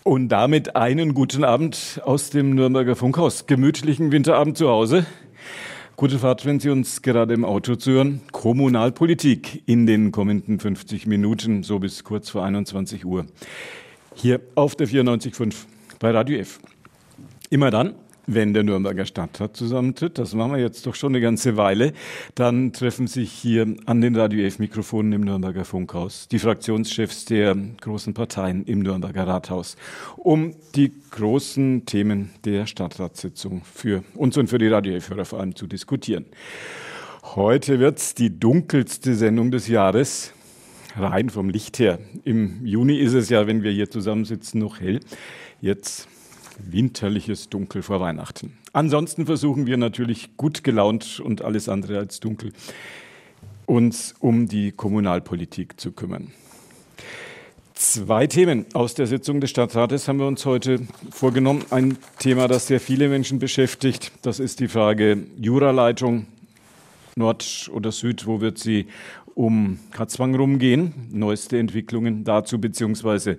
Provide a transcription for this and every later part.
Und damit einen guten Abend aus dem Nürnberger Funkhaus. Gemütlichen Winterabend zu Hause. Gute Fahrt, wenn Sie uns gerade im Auto zuhören. Kommunalpolitik in den kommenden 50 Minuten, so bis kurz vor 21 Uhr. Hier auf der 94.5 bei Radio F. Immer dann, wenn der Nürnberger Stadtrat zusammentritt, das machen wir jetzt doch schon eine ganze Weile, dann treffen sich hier an den Radio F-Mikrofonen im Nürnberger Funkhaus die Fraktionschefs der großen Parteien im Nürnberger Rathaus, um die großen Themen der Stadtratssitzung für uns und für die Radio F-Hörer vor allem zu diskutieren. Heute wird's die dunkelste Sendung des Jahres, rein vom Licht her. Im Juni ist es ja, wenn wir hier zusammensitzen, noch hell. Jetzt winterliches Dunkel vor Weihnachten. Ansonsten versuchen wir natürlich gut gelaunt und alles andere als dunkel, uns um die Kommunalpolitik zu kümmern. 2 Themen aus der Sitzung des Stadtrates haben wir uns heute vorgenommen. Ein Thema, das sehr viele Menschen beschäftigt, das ist die Frage Juraleitung, Nord oder Süd, wo wird sie um Katzwang rumgehen? Neueste Entwicklungen dazu, beziehungsweise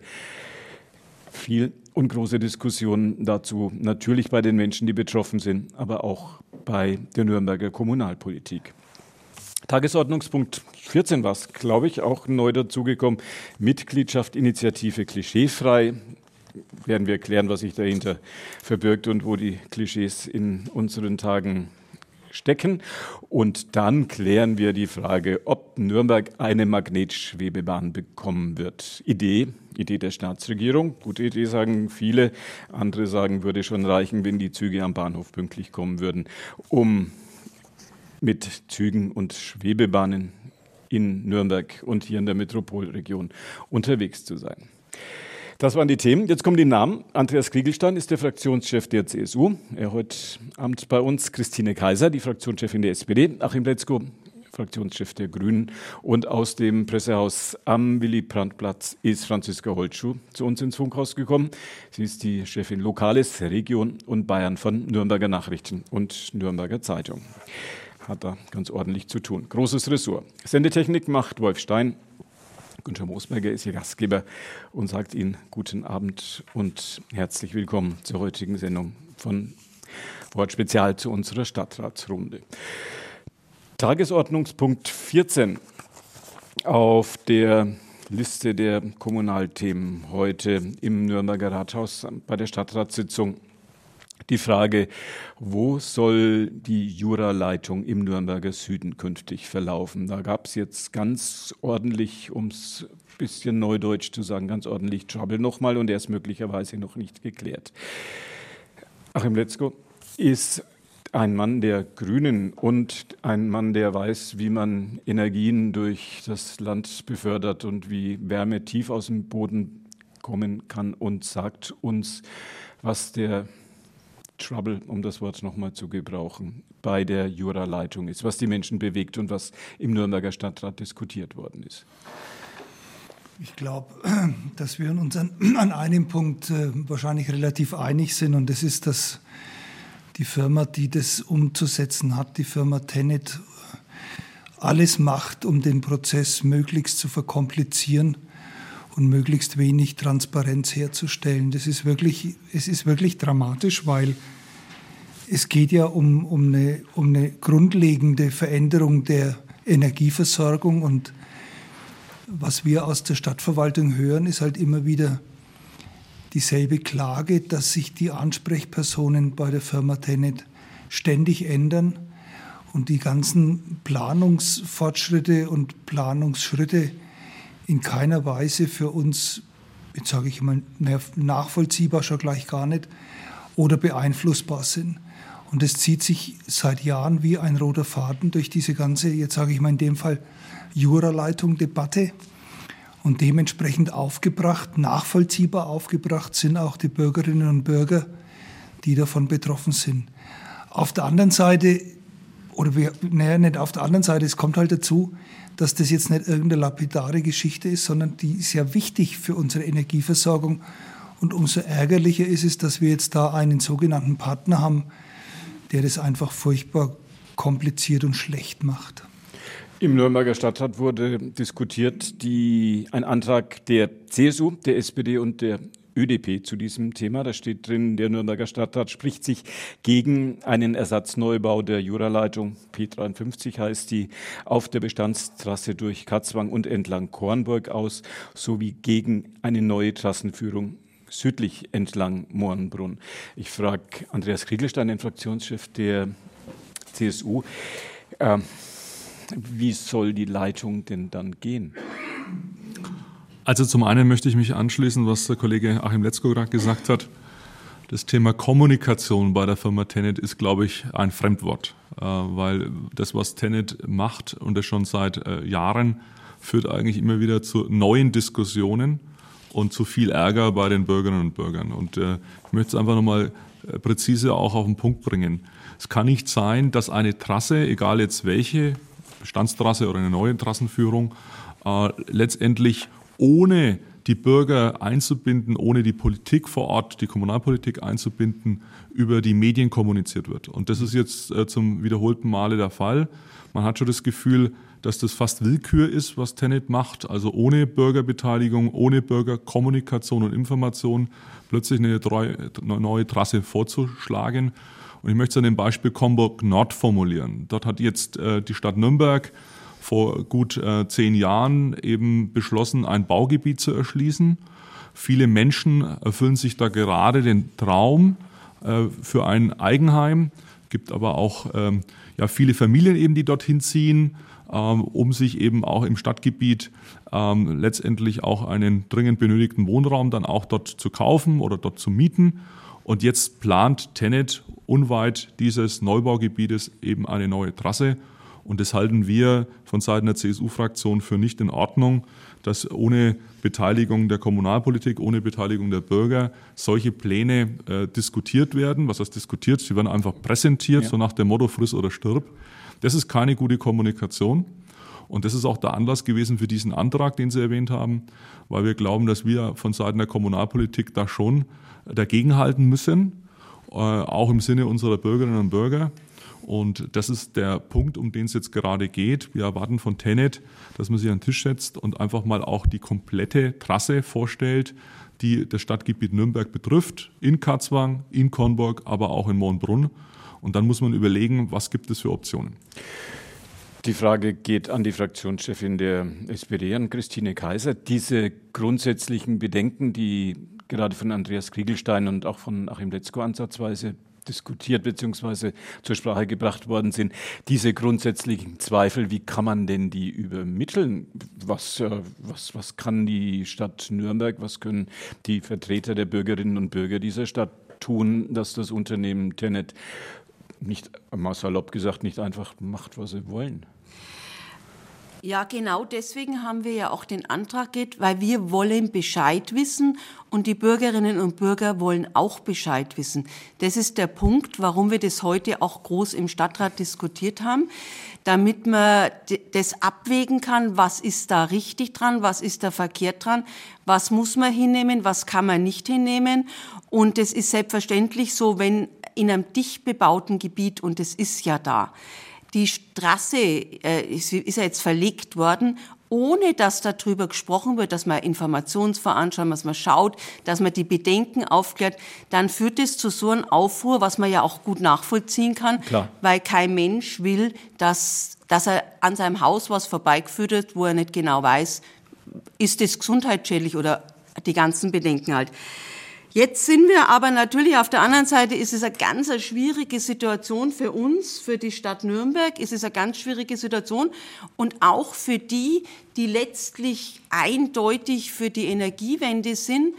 viel und große Diskussionen dazu, natürlich bei den Menschen, die betroffen sind, aber auch bei der Nürnberger Kommunalpolitik. Tagesordnungspunkt 14 war es, glaube ich, auch neu dazugekommen. Mitgliedschaft, Initiative klischeefrei. Werden wir klären, was sich dahinter verbirgt und wo die Klischees in unseren Tagen stecken. Und dann klären wir die Frage, ob Nürnberg eine Magnetschwebebahn bekommen wird. Idee der Staatsregierung. Gute Idee, sagen viele. Andere sagen, würde schon reichen, wenn die Züge am Bahnhof pünktlich kommen würden, um mit Zügen und Schwebebahnen in Nürnberg und hier in der Metropolregion unterwegs zu sein. Das waren die Themen. Jetzt kommen die Namen. Andreas Kriegelstein ist der Fraktionschef der CSU. Er heute Abend bei uns. Christine Kaiser, die Fraktionschefin der SPD. Achim Pletzko, Fraktionschef der Grünen. Und aus dem Pressehaus am Willy-Brandt-Platz ist Franziska Holtschuh zu uns ins Funkhaus gekommen. Sie ist die Chefin Lokales, Region und Bayern von Nürnberger Nachrichten und Nürnberger Zeitung. Hat da ganz ordentlich zu tun. Großes Ressort. Sendetechnik macht Wolf Stein. Günther Moosberger ist Ihr Gastgeber und sagt Ihnen guten Abend und herzlich willkommen zur heutigen Sendung von Wort Spezial zu unserer Stadtratsrunde. Tagesordnungspunkt 14 auf der Liste der Kommunalthemen heute im Nürnberger Rathaus bei der Stadtratssitzung. Die Frage, wo soll die Juraleitung im Nürnberger Süden künftig verlaufen? Da gab es jetzt ganz ordentlich, um es ein bisschen neudeutsch zu sagen, ganz ordentlich Trouble nochmal und er ist möglicherweise noch nicht geklärt. Achim Pletzko ist ein Mann der Grünen und ein Mann, der weiß, wie man Energien durch das Land befördert und wie Wärme tief aus dem Boden kommen kann und sagt uns, was der Trouble, um das Wort nochmal zu gebrauchen, bei der Juraleitung ist, was die Menschen bewegt und was im Nürnberger Stadtrat diskutiert worden ist. Ich glaube, dass wir uns an einem Punkt wahrscheinlich relativ einig sind und das ist, dass die Firma, die das umzusetzen hat, die Firma TenneT, alles macht, um den Prozess möglichst zu verkomplizieren und möglichst wenig Transparenz herzustellen. Es ist wirklich dramatisch, weil es geht ja um eine grundlegende Veränderung der Energieversorgung und was wir aus der Stadtverwaltung hören, ist halt immer wieder dieselbe Klage, dass sich die Ansprechpersonen bei der Firma TenneT ständig ändern und die ganzen Planungsfortschritte und Planungsschritte in keiner Weise für uns, jetzt sage ich mal, nachvollziehbar schon gleich gar nicht, oder beeinflussbar sind. Und es zieht sich seit Jahren wie ein roter Faden durch diese ganze, jetzt sage ich mal in dem Fall, Juraleitung-Debatte. Und dementsprechend aufgebracht, nachvollziehbar aufgebracht sind auch die Bürgerinnen und Bürger, die davon betroffen sind. Auf der anderen Seite, nicht auf der anderen Seite, es kommt halt dazu, dass das jetzt nicht irgendeine lapidare Geschichte ist, sondern die ist ja wichtig für unsere Energieversorgung. Und umso ärgerlicher ist es, dass wir jetzt da einen sogenannten Partner haben, der das einfach furchtbar kompliziert und schlecht macht. Im Nürnberger Stadtrat wurde diskutiert ein Antrag der CSU, der SPD und der ÖDP zu diesem Thema. Da steht drin, der Nürnberger Stadtrat spricht sich gegen einen Ersatzneubau der Juraleitung, P53 heißt die, auf der Bestandstrasse durch Katzwang und entlang Kornburg aus, sowie gegen eine neue Trassenführung südlich entlang Mohrenbrunn. Ich frage Andreas Kriegelstein, den Fraktionschef der CSU, wie soll die Leitung denn dann gehen? Also zum einen möchte ich mich anschließen, was der Kollege Achim Letzko gerade gesagt hat. Das Thema Kommunikation bei der Firma Tennet ist, glaube ich, ein Fremdwort, weil das, was Tennet macht und das schon seit Jahren, führt eigentlich immer wieder zu neuen Diskussionen und zu viel Ärger bei den Bürgerinnen und Bürgern. Und ich möchte es einfach nochmal präzise auch auf den Punkt bringen. Es kann nicht sein, dass eine Trasse, egal jetzt welche, Bestandstrasse oder eine neue Trassenführung, letztendlich ohne die Bürger einzubinden, ohne die Politik vor Ort, die Kommunalpolitik einzubinden, über die Medien kommuniziert wird. Und das ist jetzt zum wiederholten Male der Fall. Man hat schon das Gefühl, dass das fast Willkür ist, was Tennet macht, also ohne Bürgerbeteiligung, ohne Bürgerkommunikation und Information plötzlich eine neue Trasse vorzuschlagen. Und ich möchte es an dem Beispiel Comburg Nord formulieren. Dort hat jetzt die Stadt Nürnberg vor gut 10 Jahren eben beschlossen, ein Baugebiet zu erschließen. Viele Menschen erfüllen sich da gerade den Traum für ein Eigenheim. Es gibt aber auch viele Familien eben, die dorthin ziehen, um sich eben auch im Stadtgebiet letztendlich auch einen dringend benötigten Wohnraum dann auch dort zu kaufen oder dort zu mieten. Und jetzt plant Tennet unweit dieses Neubaugebietes eben eine neue Trasse. Und das halten wir von Seiten der CSU-Fraktion für nicht in Ordnung, dass ohne Beteiligung der Kommunalpolitik, ohne Beteiligung der Bürger solche Pläne diskutiert werden. Was heißt diskutiert? Sie werden einfach präsentiert, so nach dem Motto friss oder stirb. Das ist keine gute Kommunikation. Und das ist auch der Anlass gewesen für diesen Antrag, den Sie erwähnt haben, weil wir glauben, dass wir von Seiten der Kommunalpolitik da schon dagegenhalten müssen, auch im Sinne unserer Bürgerinnen und Bürger. Und das ist der Punkt, um den es jetzt gerade geht. Wir erwarten von Tennet, dass man sich an den Tisch setzt und einfach mal auch die komplette Trasse vorstellt, die das Stadtgebiet Nürnberg betrifft, in Katzwang, in Kornburg, aber auch in Mohrenbrunn. Und dann muss man überlegen, was gibt es für Optionen. Die Frage geht an die Fraktionschefin der SPD, an Christine Kaiser. Diese grundsätzlichen Bedenken, die gerade von Andreas Kriegelstein und auch von Achim Letzko ansatzweise diskutiert bzw. zur Sprache gebracht worden sind, diese grundsätzlichen Zweifel, wie kann man denn die übermitteln? Was kann die Stadt Nürnberg, was können die Vertreter der Bürgerinnen und Bürger dieser Stadt tun, dass das Unternehmen Tennet nicht, mal salopp gesagt, nicht einfach macht, was sie wollen? Ja, genau deswegen haben wir ja auch den Antrag geht, weil wir wollen Bescheid wissen und die Bürgerinnen und Bürger wollen auch Bescheid wissen. Das ist der Punkt, warum wir das heute auch groß im Stadtrat diskutiert haben, damit man das abwägen kann, was ist da richtig dran, was ist da verkehrt dran, was muss man hinnehmen, was kann man nicht hinnehmen. Und es ist selbstverständlich so, wenn in einem dicht bebauten Gebiet, und es ist ja da, die Straße ist ja jetzt verlegt worden, ohne dass darüber gesprochen wird, dass man Informationsveranstaltungen, dass man schaut, dass man die Bedenken aufklärt, dann führt es zu so einem Aufruhr, was man ja auch gut nachvollziehen kann, Klar. Weil kein Mensch will, dass er an seinem Haus was vorbeigeführt wird, wo er nicht genau weiß, ist das gesundheitsschädlich oder die ganzen Bedenken halt. Jetzt sind wir aber natürlich, auf der anderen Seite ist es eine ganz schwierige Situation für uns, für die Stadt Nürnberg ist es eine ganz schwierige Situation und auch für die, die letztlich eindeutig für die Energiewende sind.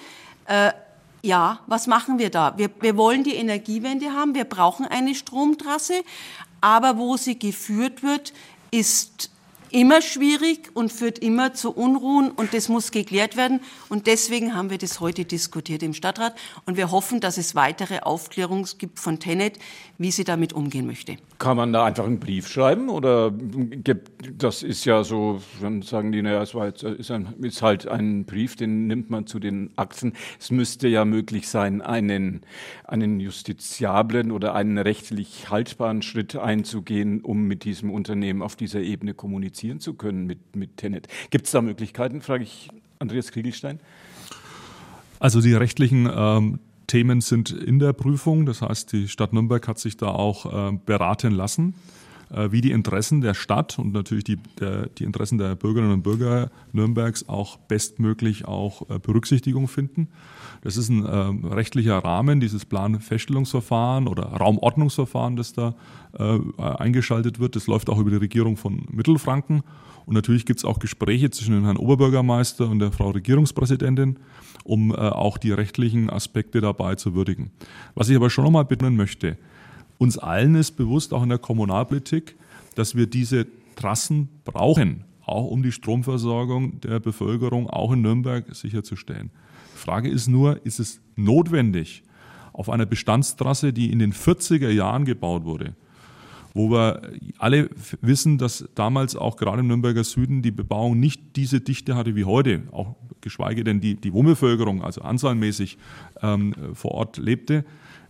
Ja, was machen wir da? Wir wollen die Energiewende haben, wir brauchen eine Stromtrasse, aber wo sie geführt wird, ist immer schwierig und führt immer zu Unruhen und das muss geklärt werden und deswegen haben wir das heute diskutiert im Stadtrat und wir hoffen, dass es weitere Aufklärungen gibt von Tennet, wie sie damit umgehen möchte. Kann man da einfach einen Brief schreiben oder das ist ja so, dann sagen die, naja, es ist halt ein Brief, den nimmt man zu den Akten. Es müsste ja möglich sein, einen justiziablen oder einen rechtlich haltbaren Schritt einzugehen, um mit diesem Unternehmen auf dieser Ebene kommunizieren zu können mit Tennet. Gibt es da Möglichkeiten, frage ich Andreas Kriegelstein? Also die rechtlichen Themen sind in der Prüfung. Das heißt, die Stadt Nürnberg hat sich da auch beraten lassen, wie die Interessen der Stadt und natürlich die Interessen der Bürgerinnen und Bürger Nürnbergs auch bestmöglich auch Berücksichtigung finden. Das ist ein rechtlicher Rahmen, dieses Planfeststellungsverfahren oder Raumordnungsverfahren, das da eingeschaltet wird. Das läuft auch über die Regierung von Mittelfranken. Und natürlich gibt es auch Gespräche zwischen dem Herrn Oberbürgermeister und der Frau Regierungspräsidentin, um auch die rechtlichen Aspekte dabei zu würdigen. Was ich aber schon nochmal betonen möchte, uns allen ist bewusst, auch in der Kommunalpolitik, dass wir diese Trassen brauchen, auch um die Stromversorgung der Bevölkerung auch in Nürnberg sicherzustellen. Die Frage ist nur, ist es notwendig, auf einer Bestandstrasse, die in den 40er Jahren gebaut wurde, wo wir alle wissen, dass damals auch gerade im Nürnberger Süden die Bebauung nicht diese Dichte hatte wie heute, auch geschweige denn die Wohnbevölkerung, also anzahlmäßig vor Ort lebte,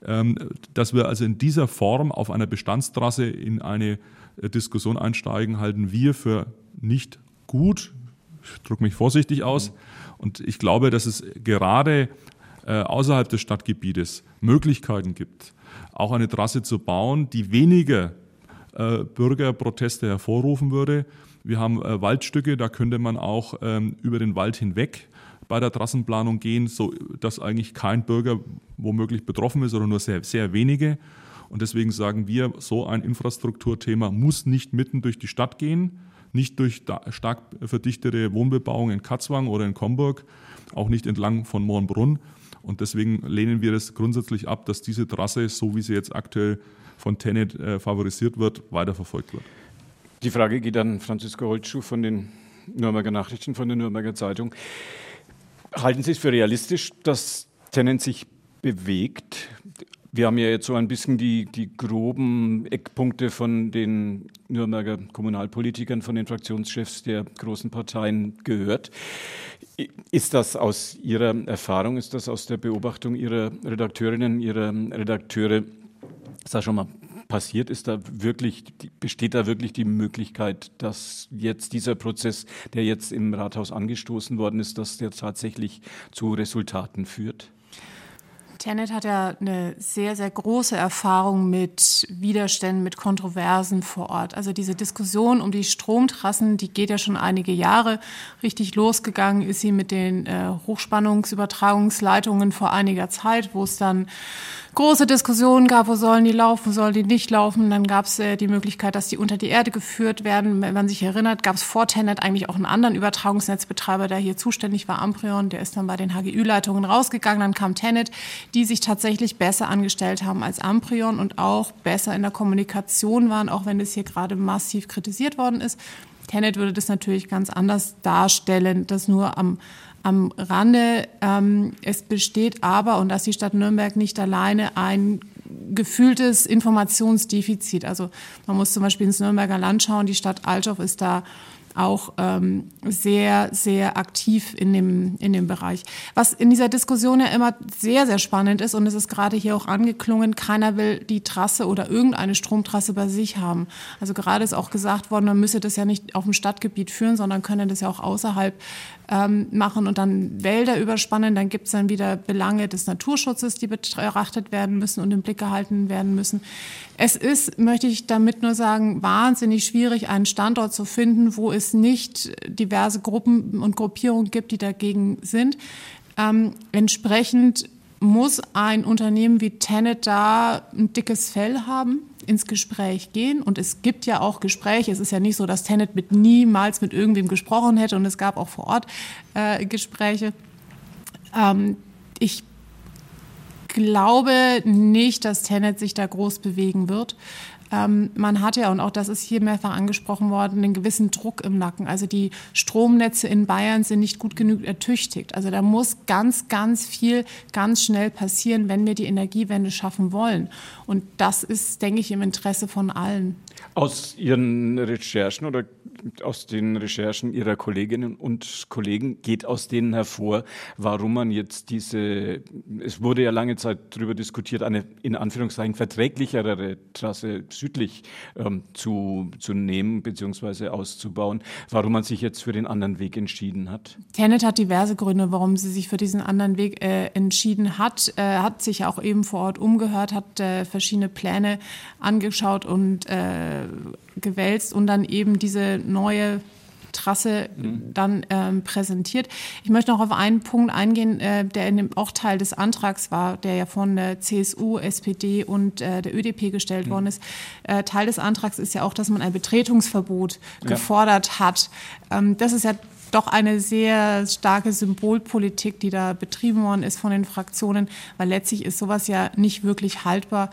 dass wir also in dieser Form auf einer Bestandstrasse in eine Diskussion einsteigen, halten wir für nicht gut. Ich drücke mich vorsichtig aus. Und ich glaube, dass es gerade außerhalb des Stadtgebietes Möglichkeiten gibt, auch eine Trasse zu bauen, die weniger Bürgerproteste hervorrufen würde. Wir haben Waldstücke, da könnte man auch über den Wald hinweg bei der Trassenplanung gehen, so dass eigentlich kein Bürger womöglich betroffen ist oder nur sehr, sehr wenige. Und deswegen sagen wir, so ein Infrastrukturthema muss nicht mitten durch die Stadt gehen, nicht durch stark verdichtete Wohnbebauung in Katzwang oder in Comburg, auch nicht entlang von Moornbrunn. Und deswegen lehnen wir es grundsätzlich ab, dass diese Trasse, so wie sie jetzt aktuell von TenneT favorisiert wird, weiterverfolgt wird. Die Frage geht an Franziska Holzschuh von den Nürnberger Nachrichten, von der Nürnberger Zeitung. Halten Sie es für realistisch, dass TenneT sich bewegt? Wir haben ja jetzt so ein bisschen die groben Eckpunkte von den Nürnberger Kommunalpolitikern, von den Fraktionschefs der großen Parteien gehört. Ist das aus Ihrer Erfahrung, ist das aus der Beobachtung Ihrer Redakteurinnen, Ihrer Redakteure, ist das schon mal passiert? Besteht da wirklich die Möglichkeit, dass jetzt dieser Prozess, der jetzt im Rathaus angestoßen worden ist, dass der tatsächlich zu Resultaten führt? TenneT hat ja eine sehr, sehr große Erfahrung mit Widerständen, mit Kontroversen vor Ort. Also diese Diskussion um die Stromtrassen, die geht ja schon einige Jahre. Richtig losgegangen ist sie mit den Hochspannungsübertragungsleitungen vor einiger Zeit, wo es dann große Diskussionen gab, wo sollen die laufen, sollen die nicht laufen. Dann gab es die Möglichkeit, dass die unter die Erde geführt werden. Wenn man sich erinnert, gab es vor TenneT eigentlich auch einen anderen Übertragungsnetzbetreiber, der hier zuständig war, Amprion. Der ist dann bei den HGÜ-Leitungen rausgegangen. Dann kam TenneT, die sich tatsächlich besser angestellt haben als Amprion und auch besser in der Kommunikation waren, auch wenn das hier gerade massiv kritisiert worden ist. TenneT würde das natürlich ganz anders darstellen, das nur am Rande. Es besteht aber, und das ist die Stadt Nürnberg nicht alleine, ein gefühltes Informationsdefizit. Also man muss zum Beispiel ins Nürnberger Land schauen, die Stadt Althoff ist da auch sehr, sehr aktiv in dem Bereich. Was in dieser Diskussion ja immer sehr, sehr spannend ist, und es ist gerade hier auch angeklungen, keiner will die Trasse oder irgendeine Stromtrasse bei sich haben. Also gerade ist auch gesagt worden, man müsse das ja nicht auf dem Stadtgebiet führen, sondern könne das ja auch außerhalb machen und dann Wälder überspannen. Dann gibt es dann wieder Belange des Naturschutzes, die betrachtet werden müssen und im Blick gehalten werden müssen. Es ist, möchte ich damit nur sagen, wahnsinnig schwierig, einen Standort zu finden, wo es nicht diverse Gruppen und Gruppierungen gibt, die dagegen sind. Entsprechend muss ein Unternehmen wie TenneT da ein dickes Fell haben, ins Gespräch gehen. Und es gibt ja auch Gespräche. Es ist ja nicht so, dass TenneT niemals mit irgendwem gesprochen hätte. Und es gab auch vor Ort Gespräche. Ich glaube nicht, dass TenneT sich da groß bewegen wird. Man hat ja, und auch das ist hier mehrfach angesprochen worden, einen gewissen Druck im Nacken. Also die Stromnetze in Bayern sind nicht gut genug ertüchtigt. Also da muss ganz, ganz viel ganz schnell passieren, wenn wir die Energiewende schaffen wollen. Und das ist, denke ich, im Interesse von allen. Aus Ihren Recherchen oder aus den Recherchen Ihrer Kolleginnen und Kollegen geht aus denen hervor, warum man jetzt es wurde ja lange Zeit darüber diskutiert, eine in Anführungszeichen verträglichere Trasse südlich zu nehmen bzw. auszubauen, warum man sich jetzt für den anderen Weg entschieden hat? TenneT hat diverse Gründe, warum sie sich für diesen anderen Weg entschieden hat. Hat sich auch eben vor Ort umgehört, hat verschiedene Pläne angeschaut und gewälzt und dann eben diese neue Trasse dann präsentiert. Ich möchte noch auf einen Punkt eingehen, der auch Teil des Antrags war, der ja von der CSU, SPD und der ÖDP gestellt worden ist. Teil des Antrags ist ja auch, dass man ein Betretungsverbot gefordert hat. Das ist ja doch eine sehr starke Symbolpolitik, die da betrieben worden ist von den Fraktionen, weil letztlich ist sowas ja nicht wirklich haltbar,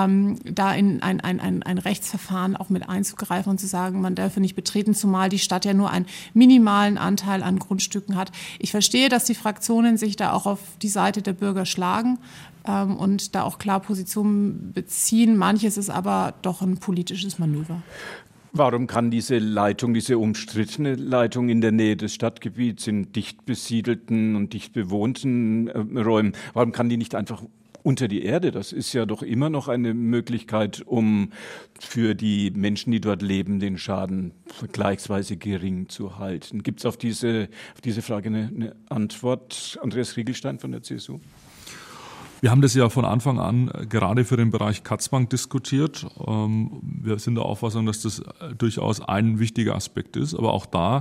da in ein Rechtsverfahren auch mit einzugreifen und zu sagen, man dürfe nicht betreten, zumal die Stadt ja nur einen minimalen Anteil an Grundstücken hat. Ich verstehe, dass die Fraktionen sich da auch auf die Seite der Bürger schlagen und da auch klar Positionen beziehen. Manches ist aber doch ein politisches Manöver. Warum kann diese umstrittene Leitung in der Nähe des Stadtgebiets, in dicht besiedelten und dicht bewohnten Räumen, warum kann die nicht einfach unter die Erde? Das ist ja doch immer noch eine Möglichkeit, um für die Menschen, die dort leben, den Schaden vergleichsweise gering zu halten. Gibt es auf diese Frage eine Antwort? Andreas Riegelstein von der CSU? Wir haben das ja von Anfang an gerade für den Bereich Katzbang diskutiert. Wir sind der Auffassung, dass das durchaus ein wichtiger Aspekt ist. Aber auch da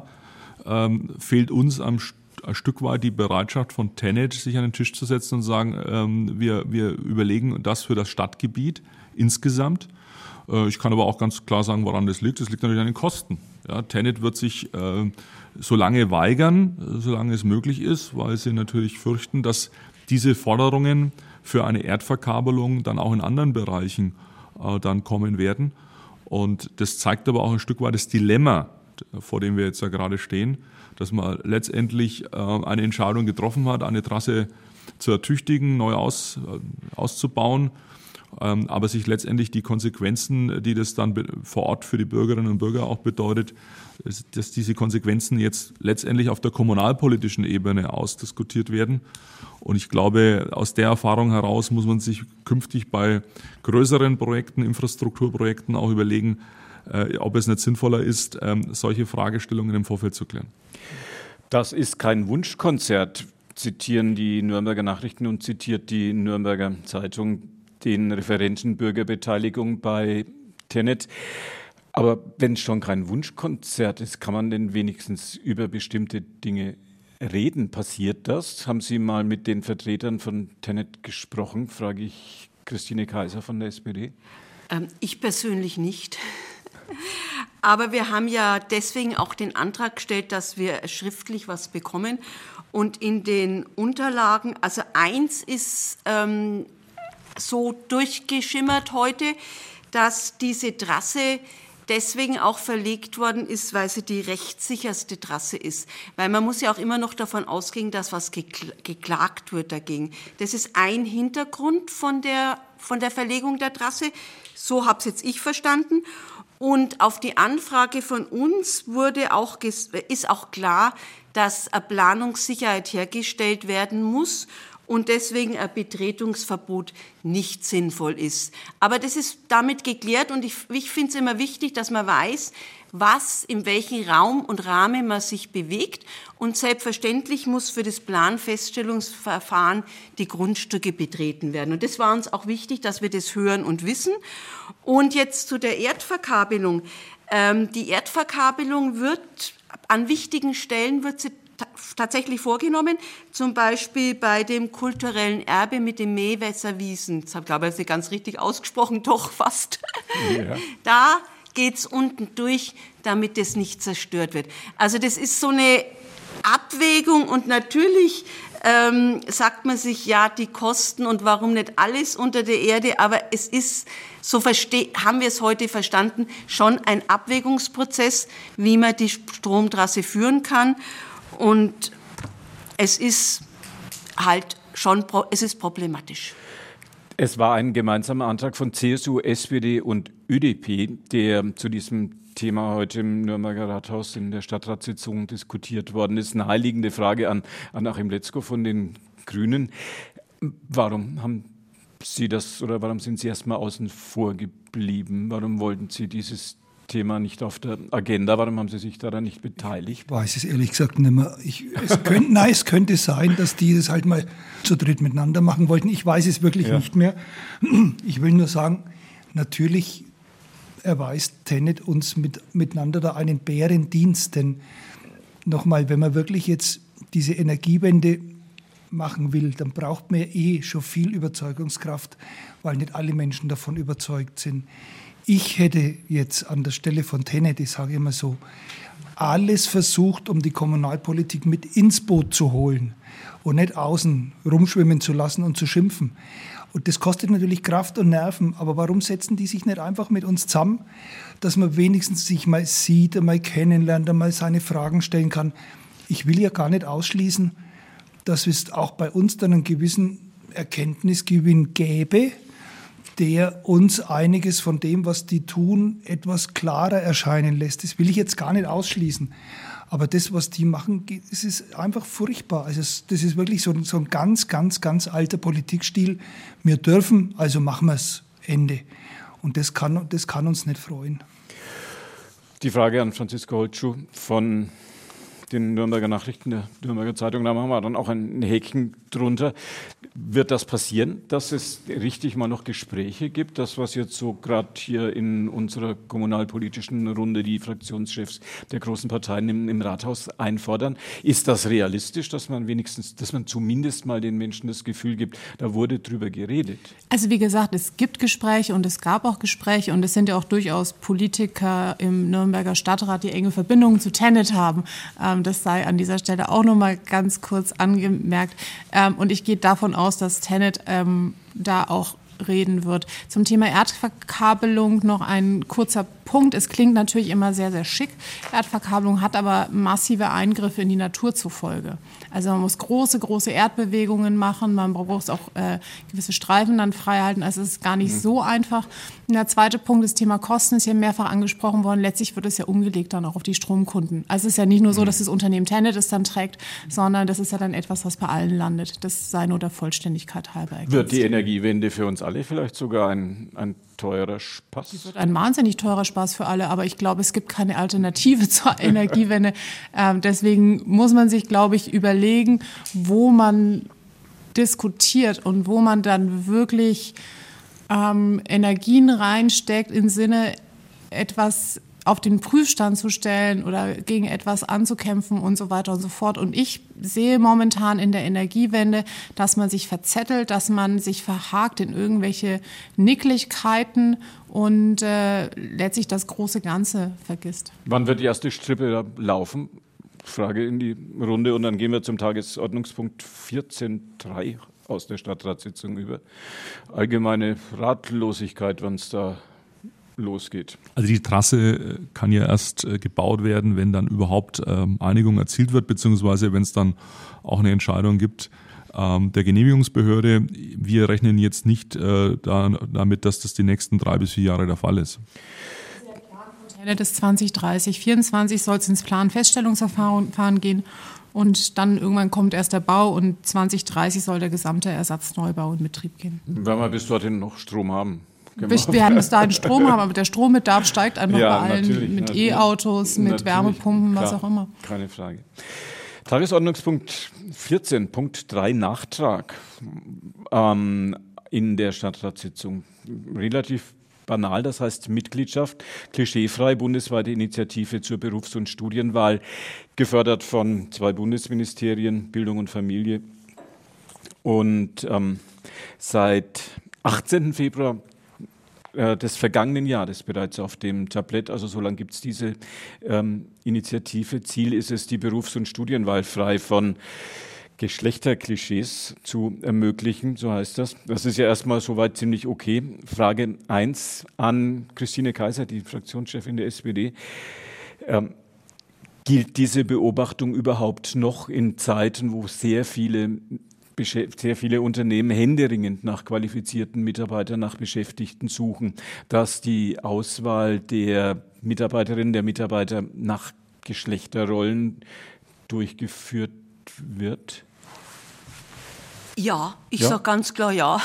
fehlt uns ein Stück weit die Bereitschaft von TenneT, sich an den Tisch zu setzen und sagen, wir überlegen das für das Stadtgebiet insgesamt. Ich kann aber auch ganz klar sagen, woran das liegt. Das liegt natürlich an den Kosten. Ja, TenneT wird sich so lange weigern, solange es möglich ist, weil sie natürlich fürchten, dass diese Forderungen für eine Erdverkabelung dann auch in anderen Bereichen dann kommen werden. Und das zeigt aber auch ein Stück weit das Dilemma, vor dem wir jetzt ja gerade stehen, dass man letztendlich eine Entscheidung getroffen hat, eine Trasse zu ertüchtigen, neu auszubauen, aber sich letztendlich die Konsequenzen, die das dann vor Ort für die Bürgerinnen und Bürger auch bedeutet, dass diese Konsequenzen jetzt letztendlich auf der kommunalpolitischen Ebene ausdiskutiert werden. Und ich glaube, aus der Erfahrung heraus muss man sich künftig bei größeren Projekten, Infrastrukturprojekten auch überlegen, ob es nicht sinnvoller ist, solche Fragestellungen im Vorfeld zu klären. Das ist kein Wunschkonzert, zitieren die Nürnberger Nachrichten und zitiert die Nürnberger Zeitung den Referenten Bürgerbeteiligung bei TenneT. Aber wenn es schon kein Wunschkonzert ist, kann man denn wenigstens über bestimmte Dinge reden? Passiert das? Haben Sie mal mit den Vertretern von TenneT gesprochen? Frage ich Christine Kaiser von der SPD. Ich persönlich nicht. Aber wir haben ja deswegen auch den Antrag gestellt, dass wir schriftlich was bekommen. Und in den Unterlagen, also eins ist so durchgeschimmert heute, dass diese Trasse deswegen auch verlegt worden ist, weil sie die rechtssicherste Trasse ist. Weil man muss ja auch immer noch davon ausgehen, dass was geklagt wird dagegen. Das ist ein Hintergrund von der Verlegung der Trasse. So habe es jetzt ich verstanden. Und auf die Anfrage von uns ist auch klar, dass eine Planungssicherheit hergestellt werden muss und deswegen ein Betretungsverbot nicht sinnvoll ist. Aber das ist damit geklärt und ich finde es immer wichtig, dass man weiß, was, in welchem Raum und Rahmen man sich bewegt. Und selbstverständlich muss für das Planfeststellungsverfahren die Grundstücke betreten werden. Und das war uns auch wichtig, dass wir das hören und wissen. Und jetzt zu der Erdverkabelung. Die Erdverkabelung an wichtigen Stellen wird sie tatsächlich vorgenommen, zum Beispiel bei dem kulturellen Erbe mit den Mähwässerwiesen. Das habe ich nicht ganz richtig ausgesprochen, doch fast. Ja. Da geht's unten durch, damit das nicht zerstört wird. Also das ist so eine Abwägung und natürlich sagt man sich, ja, die Kosten und warum nicht alles unter der Erde, aber es ist, haben wir es heute verstanden, schon ein Abwägungsprozess, wie man die Stromtrasse führen kann. Und es ist halt es ist problematisch. Es war ein gemeinsamer Antrag von CSU, SPD und ÖDP, der zu diesem Thema heute im Nürnberger Rathaus in der Stadtratssitzung diskutiert worden ist. Eine naheliegende Frage an Achim Letzko von den Grünen. Warum haben Sie das oder warum sind Sie erstmal außen vor geblieben? Warum wollten Sie dieses Thema nicht auf der Agenda? Warum haben Sie sich daran nicht beteiligt? Ich weiß es ehrlich gesagt nicht mehr. Es könnte sein, dass die das halt mal zu dritt miteinander machen wollten. Ich weiß es wirklich nicht mehr. Ich will nur sagen, natürlich erweist TenneT uns miteinander da einen Bärendienst. Denn nochmal, wenn man wirklich jetzt diese Energiewende machen will, dann braucht man schon viel Überzeugungskraft, weil nicht alle Menschen davon überzeugt sind. Ich hätte jetzt an der Stelle von TenneT, ich sage immer so, alles versucht, um die Kommunalpolitik mit ins Boot zu holen und nicht außen rumschwimmen zu lassen und zu schimpfen. Und das kostet natürlich Kraft und Nerven, aber warum setzen die sich nicht einfach mit uns zusammen, dass man wenigstens sich mal sieht, einmal kennenlernt, einmal seine Fragen stellen kann. Ich will ja gar nicht ausschließen, dass es auch bei uns dann einen gewissen Erkenntnisgewinn gäbe, der uns einiges von dem, was die tun, etwas klarer erscheinen lässt. Das will ich jetzt gar nicht ausschließen. Aber das, was die machen, es ist einfach furchtbar. Also das ist wirklich so ein ganz, ganz, ganz alter Politikstil. Wir dürfen, also machen wir es, Ende. Und das kann uns nicht freuen. Die Frage an Franziska Holtschuh von den Nürnberger Nachrichten, der Nürnberger Zeitung, da machen wir dann auch ein Häkchen drunter. Wird das passieren, dass es richtig mal noch Gespräche gibt? Das, was jetzt so gerade hier in unserer kommunalpolitischen Runde die Fraktionschefs der großen Parteien im Rathaus einfordern. Ist das realistisch, dass man zumindest mal den Menschen das Gefühl gibt, da wurde drüber geredet? Also wie gesagt, es gibt Gespräche und es gab auch Gespräche und es sind ja auch durchaus Politiker im Nürnberger Stadtrat, die enge Verbindungen zu TenneT haben. Das sei an dieser Stelle auch noch mal ganz kurz angemerkt. Und ich gehe davon aus, dass TenneT da auch reden wird. Zum Thema Erdverkabelung noch ein kurzer Punkt. Es klingt natürlich immer sehr, sehr schick. Erdverkabelung hat aber massive Eingriffe in die Natur zur Folge. Also man muss große, große Erdbewegungen machen. Man braucht auch gewisse Streifen dann frei halten. Also es ist gar nicht so einfach. Und der zweite Punkt, das Thema Kosten ist hier mehrfach angesprochen worden. Letztlich wird es ja umgelegt dann auch auf die Stromkunden. Also es ist ja nicht nur so, dass das Unternehmen TenneT es dann trägt, sondern das ist ja dann etwas, was bei allen landet. Das sei nur der Vollständigkeit halber ergänzt. Wird die Energiewende für uns alle vielleicht sogar ein teurer Spaß? Es wird ein wahnsinnig teurer Spaß für alle, aber ich glaube, es gibt keine Alternative zur Energiewende. Deswegen muss man sich, glaube ich, überlegen, wo man diskutiert und wo man dann wirklich Energien reinsteckt im Sinne, etwas auf den Prüfstand zu stellen oder gegen etwas anzukämpfen und so weiter und so fort. Und ich sehe momentan in der Energiewende, dass man sich verzettelt, dass man sich verhakt in irgendwelche Nicklichkeiten und letztlich das große Ganze vergisst. Wann wird die erste Strippe da laufen? Frage in die Runde und dann gehen wir zum Tagesordnungspunkt 14.3 aus der Stadtratssitzung über. Allgemeine Ratlosigkeit, wann es da losgeht. Also die Trasse kann ja erst gebaut werden, wenn dann überhaupt Einigung erzielt wird, beziehungsweise wenn es dann auch eine Entscheidung gibt der Genehmigungsbehörde. Wir rechnen jetzt nicht damit, dass das die nächsten 3 bis 4 Jahre der Fall ist. Das 2030, 2024 soll es ins Planfeststellungsverfahren gehen und dann irgendwann kommt erst der Bau und 2030 soll der gesamte Ersatzneubau in Betrieb gehen. Werden wir bis dorthin noch Strom haben? Wir werden bis dahin Strom haben, aber der Strombedarf steigt einfach bei allen mit E-Autos, mit Wärmepumpen, was auch immer. Keine Frage. Tagesordnungspunkt 14, Punkt 3, Nachtrag in der Stadtratssitzung. Relativ banal, das heißt Mitgliedschaft, klischeefrei, bundesweite Initiative zur Berufs- und Studienwahl, gefördert von 2 Bundesministerien, Bildung und Familie. Und seit 18. Februar des vergangenen Jahres bereits auf dem Tablett, also so lange gibt es diese Initiative. Ziel ist es, die Berufs- und Studienwahl frei von Geschlechterklischees zu ermöglichen, so heißt das. Das ist ja erstmal soweit ziemlich okay. Frage 1 an Christine Kaiser, die Fraktionschefin der SPD. Gilt diese Beobachtung überhaupt noch in Zeiten, wo sehr viele sehr viele Unternehmen händeringend nach qualifizierten Mitarbeitern, nach Beschäftigten suchen, dass die Auswahl der Mitarbeiterinnen, der Mitarbeiter nach Geschlechterrollen durchgeführt wird? Ja, ich sage ganz klar ja.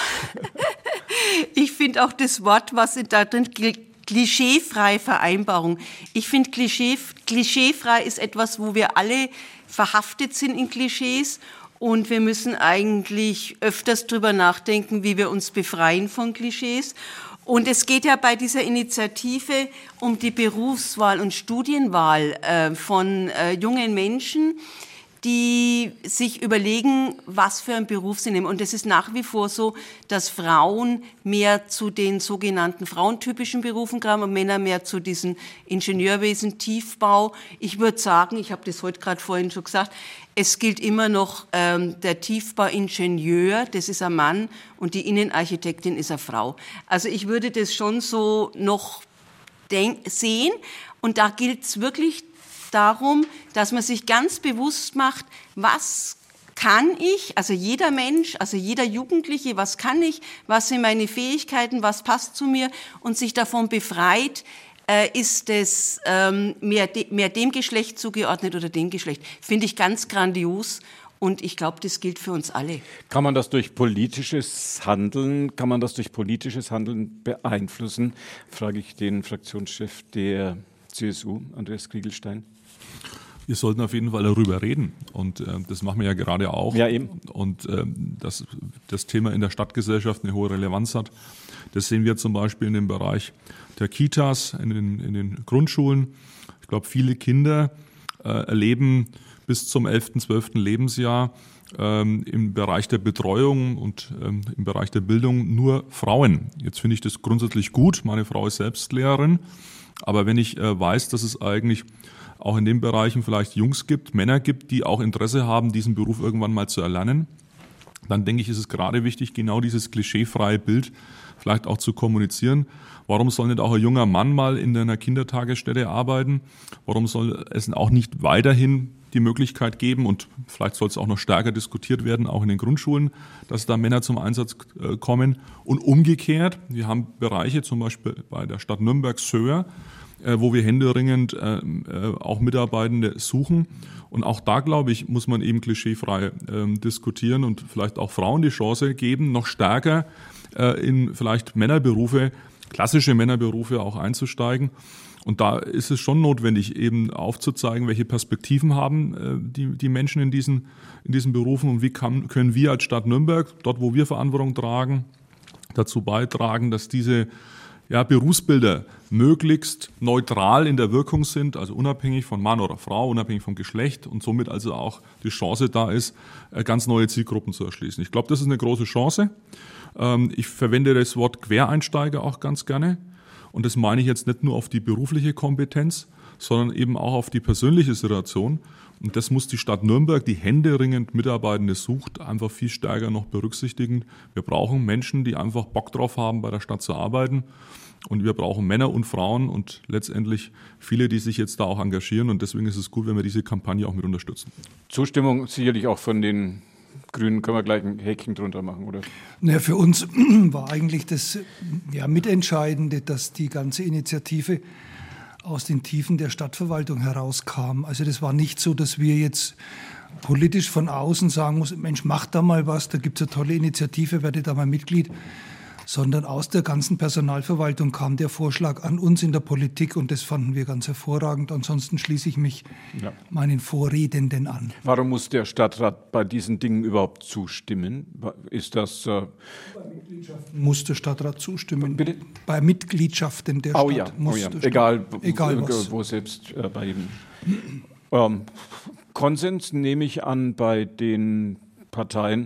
Ich finde auch das Wort, was da drin, klischeefreie Vereinbarung. Ich finde, klischeefrei ist etwas, wo wir alle verhaftet sind in Klischees. Und wir müssen eigentlich öfters drüber nachdenken, wie wir uns befreien von Klischees. Und es geht ja bei dieser Initiative um die Berufswahl und Studienwahl von jungen Menschen, die sich überlegen, was für einen Beruf sie nehmen. Und es ist nach wie vor so, dass Frauen mehr zu den sogenannten frauentypischen Berufen kommen und Männer mehr zu diesen Ingenieurwesen, Tiefbau. Ich würde sagen, ich habe das heute gerade vorhin schon gesagt, es gilt immer noch der Tiefbauingenieur, das ist ein Mann, und die Innenarchitektin ist eine Frau. Also ich würde das schon so noch sehen. Und da gilt es wirklich darum, dass man sich ganz bewusst macht, was kann ich, also jeder Mensch, also jeder Jugendliche, was kann ich, was sind meine Fähigkeiten, was passt zu mir und sich davon befreit, ist es mehr dem Geschlecht zugeordnet oder dem Geschlecht. Finde ich ganz grandios. Und ich glaube, das gilt für uns alle. Kann man das durch politisches Handeln beeinflussen? Frage ich den Fraktionschef der CSU, Andreas Kriegelstein. Wir sollten auf jeden Fall darüber reden und das machen wir ja gerade auch. Ja, eben. Und dass das Thema in der Stadtgesellschaft eine hohe Relevanz hat, das sehen wir zum Beispiel in dem Bereich der Kitas, in den Grundschulen. Ich glaube, viele Kinder erleben bis zum 11., 12. Lebensjahr im Bereich der Betreuung und im Bereich der Bildung nur Frauen. Jetzt finde ich das grundsätzlich gut. Meine Frau ist selbst Lehrerin. Aber wenn ich weiß, dass es eigentlich auch in den Bereichen vielleicht Jungs gibt, Männer gibt, die auch Interesse haben, diesen Beruf irgendwann mal zu erlernen, dann denke ich, ist es gerade wichtig, genau dieses klischeefreie Bild vielleicht auch zu kommunizieren. Warum soll nicht auch ein junger Mann mal in einer Kindertagesstätte arbeiten? Warum soll es auch nicht weiterhin die Möglichkeit geben, und vielleicht soll es auch noch stärker diskutiert werden, auch in den Grundschulen, dass da Männer zum Einsatz kommen? Und umgekehrt, wir haben Bereiche, zum Beispiel bei der Stadt Nürnberg-Söhr, wo wir händeringend auch Mitarbeitende suchen. Und auch da, glaube ich, muss man eben klischeefrei diskutieren und vielleicht auch Frauen die Chance geben, noch stärker in vielleicht Männerberufe, klassische Männerberufe auch einzusteigen. Und da ist es schon notwendig, eben aufzuzeigen, welche Perspektiven haben die Menschen in diesen Berufen und wie können wir als Stadt Nürnberg, dort wo wir Verantwortung tragen, dazu beitragen, dass diese Berufsbilder möglichst neutral in der Wirkung sind, also unabhängig von Mann oder Frau, unabhängig vom Geschlecht und somit also auch die Chance da ist, ganz neue Zielgruppen zu erschließen. Ich glaube, das ist eine große Chance. Ich verwende das Wort Quereinsteiger auch ganz gerne. Und das meine ich jetzt nicht nur auf die berufliche Kompetenz, sondern eben auch auf die persönliche Situation. Und das muss die Stadt Nürnberg, die händeringend Mitarbeitende sucht, einfach viel stärker noch berücksichtigen. Wir brauchen Menschen, die einfach Bock drauf haben, bei der Stadt zu arbeiten. Und wir brauchen Männer und Frauen und letztendlich viele, die sich jetzt da auch engagieren. Und deswegen ist es gut, wenn wir diese Kampagne auch mit unterstützen. Zustimmung sicherlich auch von den Grünen, können wir gleich ein Häkchen drunter machen, oder? Naja, für uns war eigentlich das Mitentscheidende, dass die ganze Initiative aus den Tiefen der Stadtverwaltung herauskam. Also das war nicht so, dass wir jetzt politisch von außen sagen mussten, Mensch, mach da mal was, da gibt es eine tolle Initiative, werde da mal Mitglied. Sondern aus der ganzen Personalverwaltung kam der Vorschlag an uns in der Politik und das fanden wir ganz hervorragend. Ansonsten schließe ich mich meinen Vorredenden an. Warum muss der Stadtrat bei diesen Dingen überhaupt zustimmen? Ist das... Bei Mitgliedschaften muss der Stadtrat zustimmen. Bitte? Bei Mitgliedschaften der Stadt muss der Stadt. Egal wo selbst bei jedem. Konsens nehme ich an bei den Parteien.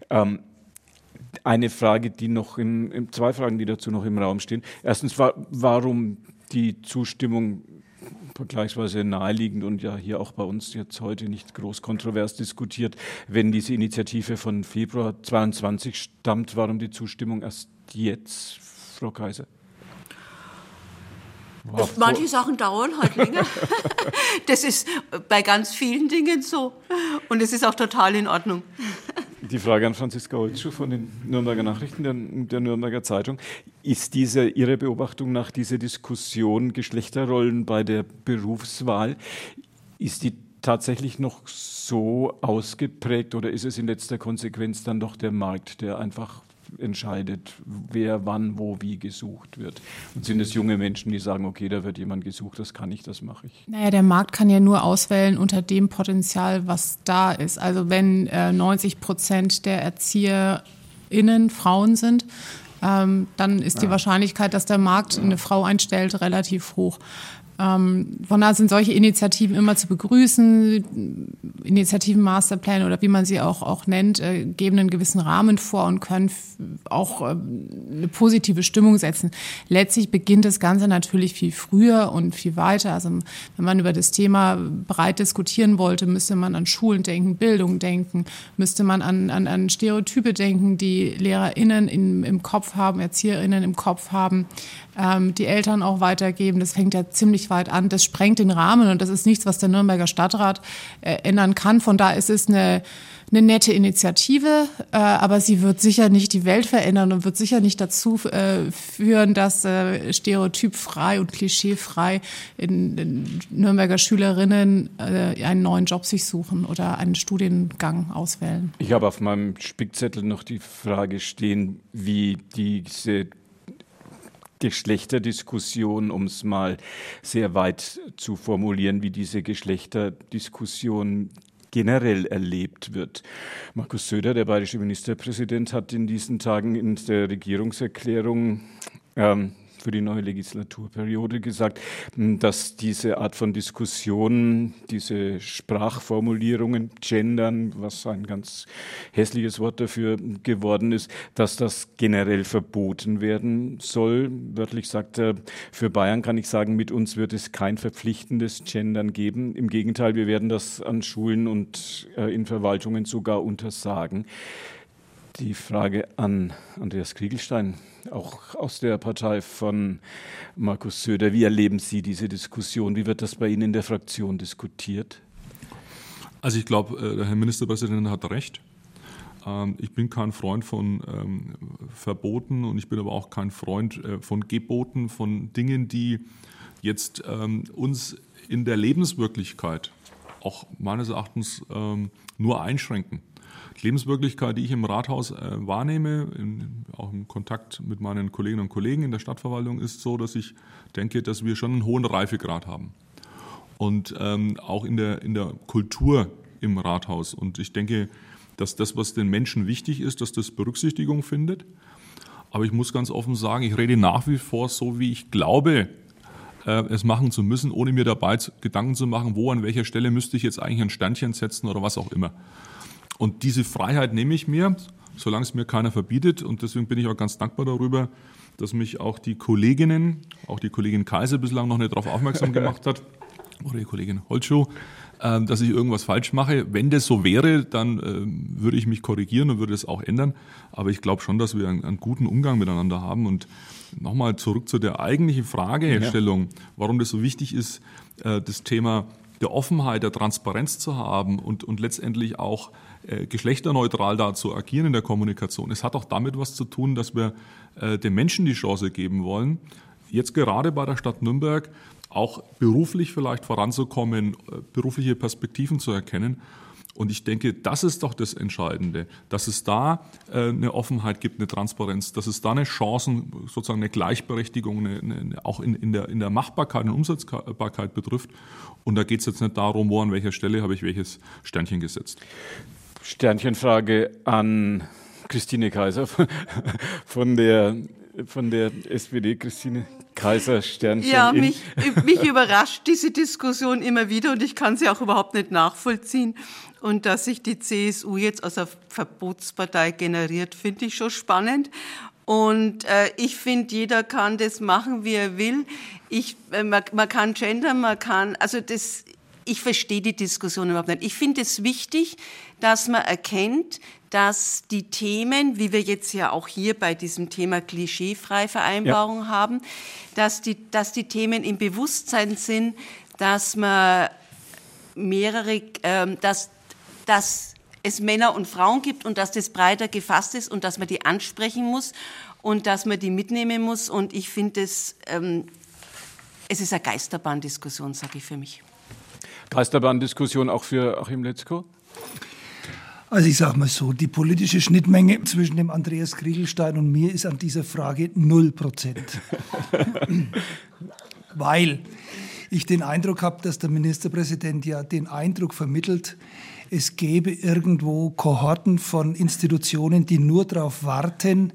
Eine Frage, zwei Fragen, die dazu noch im Raum stehen. Erstens, warum die Zustimmung vergleichsweise naheliegend und ja hier auch bei uns jetzt heute nicht groß kontrovers diskutiert, wenn diese Initiative von Februar 22 stammt, warum die Zustimmung erst jetzt, Frau Kaiser? Manche Sachen dauern halt länger. Das ist bei ganz vielen Dingen so. Und es ist auch total in Ordnung. Die Frage an Franziska Holtschuh von den Nürnberger Nachrichten, der Nürnberger Zeitung. Ist Ihre Beobachtung nach dieser Diskussion Geschlechterrollen bei der Berufswahl, ist die tatsächlich noch so ausgeprägt oder ist es in letzter Konsequenz dann doch der Markt, der einfach entscheidet, wer wann, wo, wie gesucht wird? Und sind es junge Menschen, die sagen, okay, da wird jemand gesucht, das kann ich, das mache ich? Naja, der Markt kann ja nur auswählen unter dem Potenzial, was da ist. Also wenn 90% der ErzieherInnen Frauen sind, dann ist die Wahrscheinlichkeit, dass der Markt eine Frau einstellt, relativ hoch. Von daher sind solche Initiativen immer zu begrüßen. Initiativen, Masterpläne oder wie man sie auch nennt, geben einen gewissen Rahmen vor und können auch eine positive Stimmung setzen. Letztlich beginnt das Ganze natürlich viel früher und viel weiter. Also wenn man über das Thema breit diskutieren wollte, müsste man an Schulen denken, Bildung denken, müsste man an Stereotype denken, die LehrerInnen im Kopf haben, ErzieherInnen im Kopf haben, die Eltern auch weitergeben. Das fängt ja ziemlich weit an. Das sprengt den Rahmen und das ist nichts, was der Nürnberger Stadtrat ändern kann. Von daher ist es eine nette Initiative, aber sie wird sicher nicht die Welt verändern und wird sicher nicht dazu führen, dass stereotypfrei und klischeefrei in Nürnberger Schülerinnen einen neuen Job sich suchen oder einen Studiengang auswählen. Ich habe auf meinem Spickzettel noch die Frage stehen, wie diese Geschlechterdiskussion, um es mal sehr weit zu formulieren, wie diese Geschlechterdiskussion generell erlebt wird. Markus Söder, der bayerische Ministerpräsident, hat in diesen Tagen in der Regierungserklärung für die neue Legislaturperiode gesagt, dass diese Art von Diskussion, diese Sprachformulierungen, Gendern, was ein ganz hässliches Wort dafür geworden ist, dass das generell verboten werden soll. Wörtlich sagt er, für Bayern kann ich sagen, mit uns wird es kein verpflichtendes Gendern geben. Im Gegenteil, wir werden das an Schulen und in Verwaltungen sogar untersagen. Die Frage an Andreas Kriegelstein, auch aus der Partei von Markus Söder. Wie erleben Sie diese Diskussion? Wie wird das bei Ihnen in der Fraktion diskutiert? Also ich glaube, der Herr Ministerpräsident hat recht. Ich bin kein Freund von Verboten und ich bin aber auch kein Freund von Geboten, von Dingen, die jetzt uns in der Lebenswirklichkeit auch meines Erachtens nur einschränken. Die Lebenswirklichkeit, die ich im Rathaus wahrnehme, auch im Kontakt mit meinen Kolleginnen und Kollegen in der Stadtverwaltung, ist so, dass ich denke, dass wir schon einen hohen Reifegrad haben. Und auch in der Kultur im Rathaus. Und ich denke, dass das, was den Menschen wichtig ist, dass das Berücksichtigung findet. Aber ich muss ganz offen sagen, ich rede nach wie vor so, wie ich glaube, es machen zu müssen, ohne mir dabei Gedanken zu machen, wo, an welcher Stelle müsste ich jetzt eigentlich ein Sternchen setzen oder was auch immer. Und diese Freiheit nehme ich mir, solange es mir keiner verbietet. Und deswegen bin ich auch ganz dankbar darüber, dass mich auch die Kolleginnen, auch die Kollegin Kaiser bislang noch nicht darauf aufmerksam gemacht hat, oder die Kollegin Holtschuh, dass ich irgendwas falsch mache. Wenn das so wäre, dann würde ich mich korrigieren und würde es auch ändern. Aber ich glaube schon, dass wir einen guten Umgang miteinander haben. Und nochmal zurück zu der eigentlichen Fragestellung, warum das so wichtig ist, das Thema der Offenheit, der Transparenz zu haben und letztendlich auch geschlechterneutral da zu agieren in der Kommunikation. Es hat auch damit was zu tun, dass wir den Menschen die Chance geben wollen, jetzt gerade bei der Stadt Nürnberg auch beruflich vielleicht voranzukommen, berufliche Perspektiven zu erkennen. Und ich denke, das ist doch das Entscheidende, dass es da eine Offenheit gibt, eine Transparenz, dass es da eine Chancen, sozusagen eine Gleichberechtigung, auch in der Machbarkeit und Umsetzbarkeit betrifft. Und da geht es jetzt nicht darum, wo an welcher Stelle habe ich welches Sternchen gesetzt. Sternchenfrage an Christine Kaiser von der SPD. Christine Kaiser, Sternchen. Ja, mich überrascht diese Diskussion immer wieder und ich kann sie auch überhaupt nicht nachvollziehen. Und dass sich die CSU jetzt als eine Verbotspartei generiert, finde ich schon spannend. Und ich finde, jeder kann das machen, wie er will. Man kann gendern, ich verstehe die Diskussion überhaupt nicht. Ich finde es wichtig, dass man erkennt, dass die Themen, wie wir jetzt ja auch hier bei diesem Thema Klischeefrei-Vereinbarung haben, dass die Themen im Bewusstsein sind, dass man dass es Männer und Frauen gibt und dass das breiter gefasst ist und dass man die ansprechen muss und dass man die mitnehmen muss. Und ich finde, es ist eine Geisterbahndiskussion, sage ich für mich. Geisterbahndiskussion auch für Achim Letzko? Also ich sage mal so, die politische Schnittmenge zwischen dem Andreas Kriegelstein und mir ist an dieser Frage 0%. Weil ich den Eindruck habe, dass der Ministerpräsident ja den Eindruck vermittelt, es gäbe irgendwo Kohorten von Institutionen, die nur darauf warten,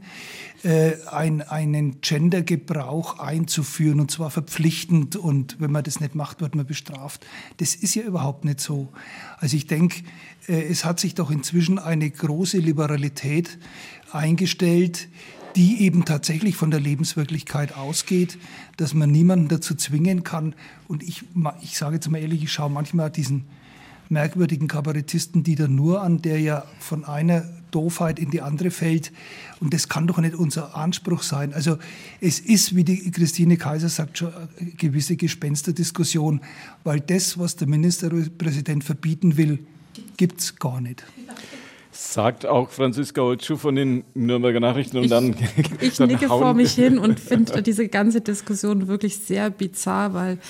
einen Gendergebrauch einzuführen, und zwar verpflichtend, und wenn man das nicht macht, wird man bestraft. Das ist ja überhaupt nicht so. Also ich denke, es hat sich doch inzwischen eine große Liberalität eingestellt, die eben tatsächlich von der Lebenswirklichkeit ausgeht, dass man niemanden dazu zwingen kann. Und ich sage jetzt mal ehrlich, ich schaue manchmal diesen merkwürdigen Kabarettisten Dieter Nuhr an, der ja von einer Doofheit in die andere fällt. Und das kann doch nicht unser Anspruch sein. Also es ist, wie die Christine Kaiser sagt, schon eine gewisse Gespensterdiskussion, weil das, was der Ministerpräsident verbieten will, gibt es gar nicht. Sagt auch Franziska Holtschuh von den Nürnberger Nachrichten. Und ich nicke vor mich hin und finde diese ganze Diskussion wirklich sehr bizarr, weil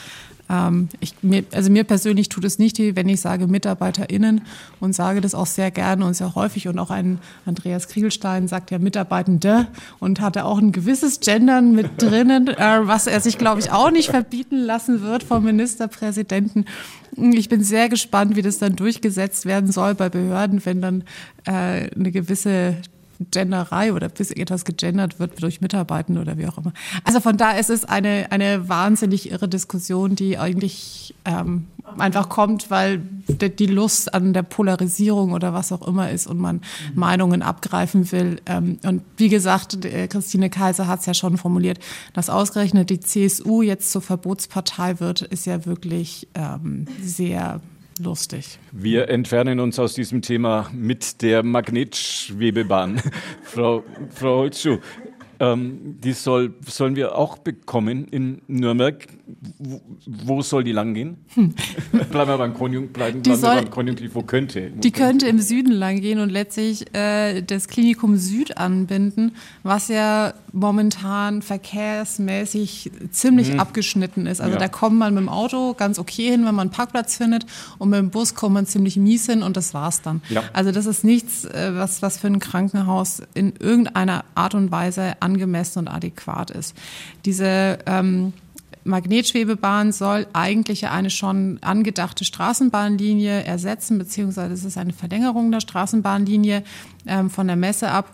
mir persönlich tut es nicht weh, wenn ich sage MitarbeiterInnen, und sage das auch sehr gerne und sehr häufig. Und auch ein Andreas Kriegelstein sagt ja Mitarbeitende und hatte auch ein gewisses Gendern mit drinnen, was er sich, glaube ich, auch nicht verbieten lassen wird vom Ministerpräsidenten. Ich bin sehr gespannt, wie das dann durchgesetzt werden soll bei Behörden, wenn dann eine gewisse Genderei oder bis etwas gegendert wird durch Mitarbeitende oder wie auch immer. Also von da ist es eine wahnsinnig irre Diskussion, die eigentlich einfach kommt, weil die Lust an der Polarisierung oder was auch immer ist und man Meinungen abgreifen will. Und wie gesagt, Christine Kaiser hat es ja schon formuliert, dass ausgerechnet die CSU jetzt zur Verbotspartei wird, ist ja wirklich sehr lustig. Wir entfernen uns aus diesem Thema mit der Magnetschwebebahn. Frau Holtschuh, die sollen wir auch bekommen in Nürnberg. Wo soll die lang gehen? Bleiben wir beim Konjunktiv. Wo könnte? Die könnte im Süden lang gehen und letztlich das Klinikum Süd anbinden, was ja momentan verkehrsmäßig ziemlich abgeschnitten ist. Also da kommt man mit dem Auto ganz okay hin, wenn man einen Parkplatz findet, und mit dem Bus kommt man ziemlich mies hin und das war's dann. Ja. Also das ist nichts, was für ein Krankenhaus in irgendeiner Art und Weise angemessen und adäquat ist. Diese Magnetschwebebahn soll eigentlich eine schon angedachte Straßenbahnlinie ersetzen, beziehungsweise es ist eine Verlängerung der Straßenbahnlinie von der Messe ab.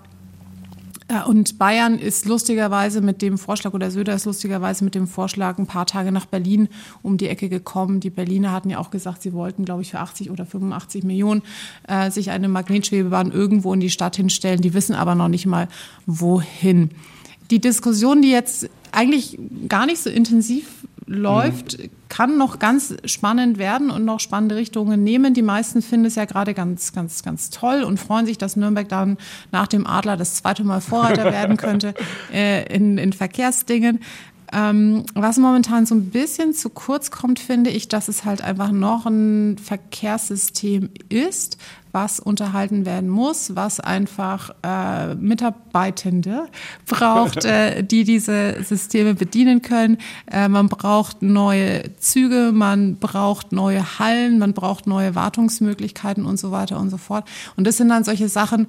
Und Bayern ist lustigerweise mit dem Vorschlag, oder Söder ist lustigerweise mit dem Vorschlag ein paar Tage nach Berlin um die Ecke gekommen. Die Berliner hatten ja auch gesagt, sie wollten, glaube ich, für 80 oder 85 Millionen sich eine Magnetschwebebahn irgendwo in die Stadt hinstellen. Die wissen aber noch nicht mal, wohin. Die Diskussion, die jetzt eigentlich gar nicht so intensiv läuft, kann noch ganz spannend werden und noch spannende Richtungen nehmen. Die meisten finden es ja gerade ganz, ganz, ganz toll und freuen sich, dass Nürnberg dann nach dem Adler das zweite Mal Vorreiter werden könnte in Verkehrsdingen. Was momentan so ein bisschen zu kurz kommt, finde ich, dass es halt einfach noch ein Verkehrssystem ist, was unterhalten werden muss, was einfach Mitarbeitende braucht, die diese Systeme bedienen können. Man braucht neue Züge, man braucht neue Hallen, man braucht neue Wartungsmöglichkeiten und so weiter und so fort. Und das sind dann solche Sachen,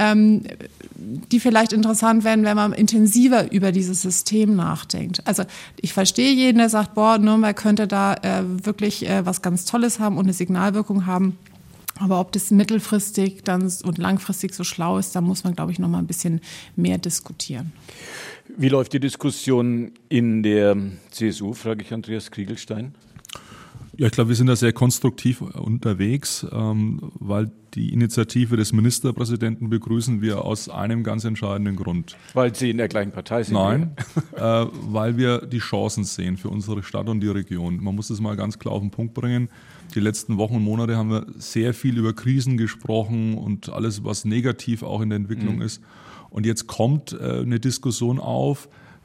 die vielleicht interessant werden, wenn man intensiver über dieses System nachdenkt. Also ich verstehe jeden, der sagt, Nürnberg könnte da wirklich was ganz Tolles haben und eine Signalwirkung haben. Aber ob das mittelfristig dann und langfristig so schlau ist, da muss man, glaube ich, noch mal ein bisschen mehr diskutieren. Wie läuft die Diskussion in der CSU, frage ich Andreas Kriegelstein. Ja, ich glaube, wir sind da sehr konstruktiv unterwegs, weil die Initiative des Ministerpräsidenten begrüßen wir aus einem ganz entscheidenden Grund. Weil Sie in der gleichen Partei sind? Nein, weil wir die Chancen sehen für unsere Stadt und die Region. Man muss das mal ganz klar auf den Punkt bringen. Die letzten Wochen und Monate haben wir sehr viel über Krisen gesprochen und alles, was negativ auch in der Entwicklung ist. Und jetzt kommt eine Diskussion auf,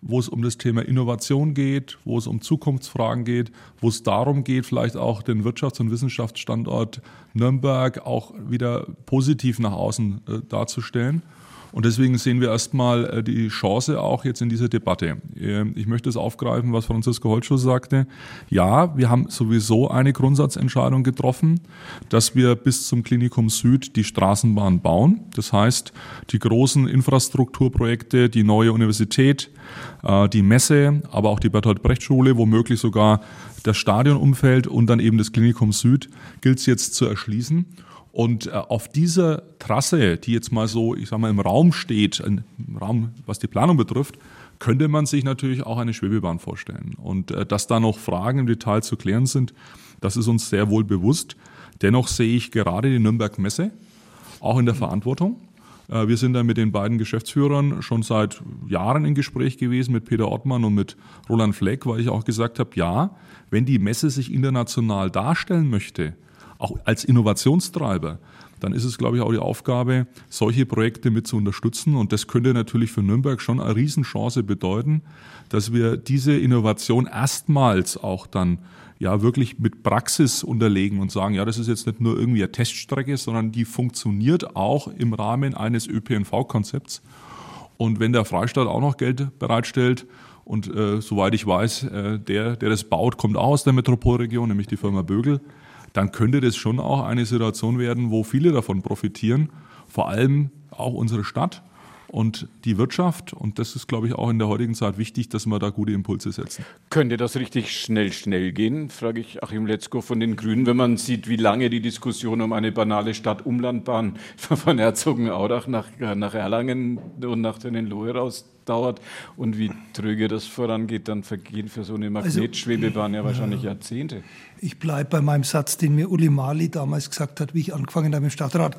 wo es um das Thema Innovation geht, wo es um Zukunftsfragen geht, wo es darum geht, vielleicht auch den Wirtschafts- und Wissenschaftsstandort Nürnberg auch wieder positiv nach außen darzustellen. Und deswegen sehen wir erstmal die Chance auch jetzt in dieser Debatte. Ich möchte es aufgreifen, was Franziska Holtschuh sagte. Ja, wir haben sowieso eine Grundsatzentscheidung getroffen, dass wir bis zum Klinikum Süd die Straßenbahn bauen. Das heißt, die großen Infrastrukturprojekte, die neue Universität, die Messe, aber auch die Bertolt-Brecht-Schule, womöglich sogar das Stadionumfeld und dann eben das Klinikum Süd gilt es jetzt zu erschließen. Und auf dieser Trasse, die jetzt mal so, ich sag mal, im Raum steht, im Raum, was die Planung betrifft, könnte man sich natürlich auch eine Schwebebahn vorstellen. Und dass da noch Fragen im Detail zu klären sind, das ist uns sehr wohl bewusst. Dennoch sehe ich gerade die Nürnberg-Messe auch in der Verantwortung. Wir sind da mit den beiden Geschäftsführern schon seit Jahren in Gespräch gewesen, mit Peter Ottmann und mit Roland Fleck, weil ich auch gesagt habe, ja, wenn die Messe sich international darstellen möchte, auch als Innovationstreiber, dann ist es, glaube ich, auch die Aufgabe, solche Projekte mit zu unterstützen. Und das könnte natürlich für Nürnberg schon eine Riesenchance bedeuten, dass wir diese Innovation erstmals auch dann ja wirklich mit Praxis unterlegen und sagen, ja, das ist jetzt nicht nur irgendwie eine Teststrecke, sondern die funktioniert auch im Rahmen eines ÖPNV-Konzepts. Und wenn der Freistaat auch noch Geld bereitstellt, und soweit ich weiß, der das baut, kommt auch aus der Metropolregion, nämlich die Firma Bögl, dann könnte das schon auch eine Situation werden, wo viele davon profitieren, vor allem auch unsere Stadt und die Wirtschaft. Und das ist, glaube ich, auch in der heutigen Zeit wichtig, dass wir da gute Impulse setzen. Könnte das richtig schnell gehen, frage ich Achim Letzko von den Grünen, wenn man sieht, wie lange die Diskussion um eine banale Stadt-Umlandbahn von Herzogenaurach nach Erlangen und nach Tennenlohe raus dauert und wie tröge das vorangeht, dann vergehen für so eine Magnetschwebebahn ja wahrscheinlich Jahrzehnte. Ich bleibe bei meinem Satz, den mir Uli Mali damals gesagt hat, wie ich angefangen habe im Stadtrat.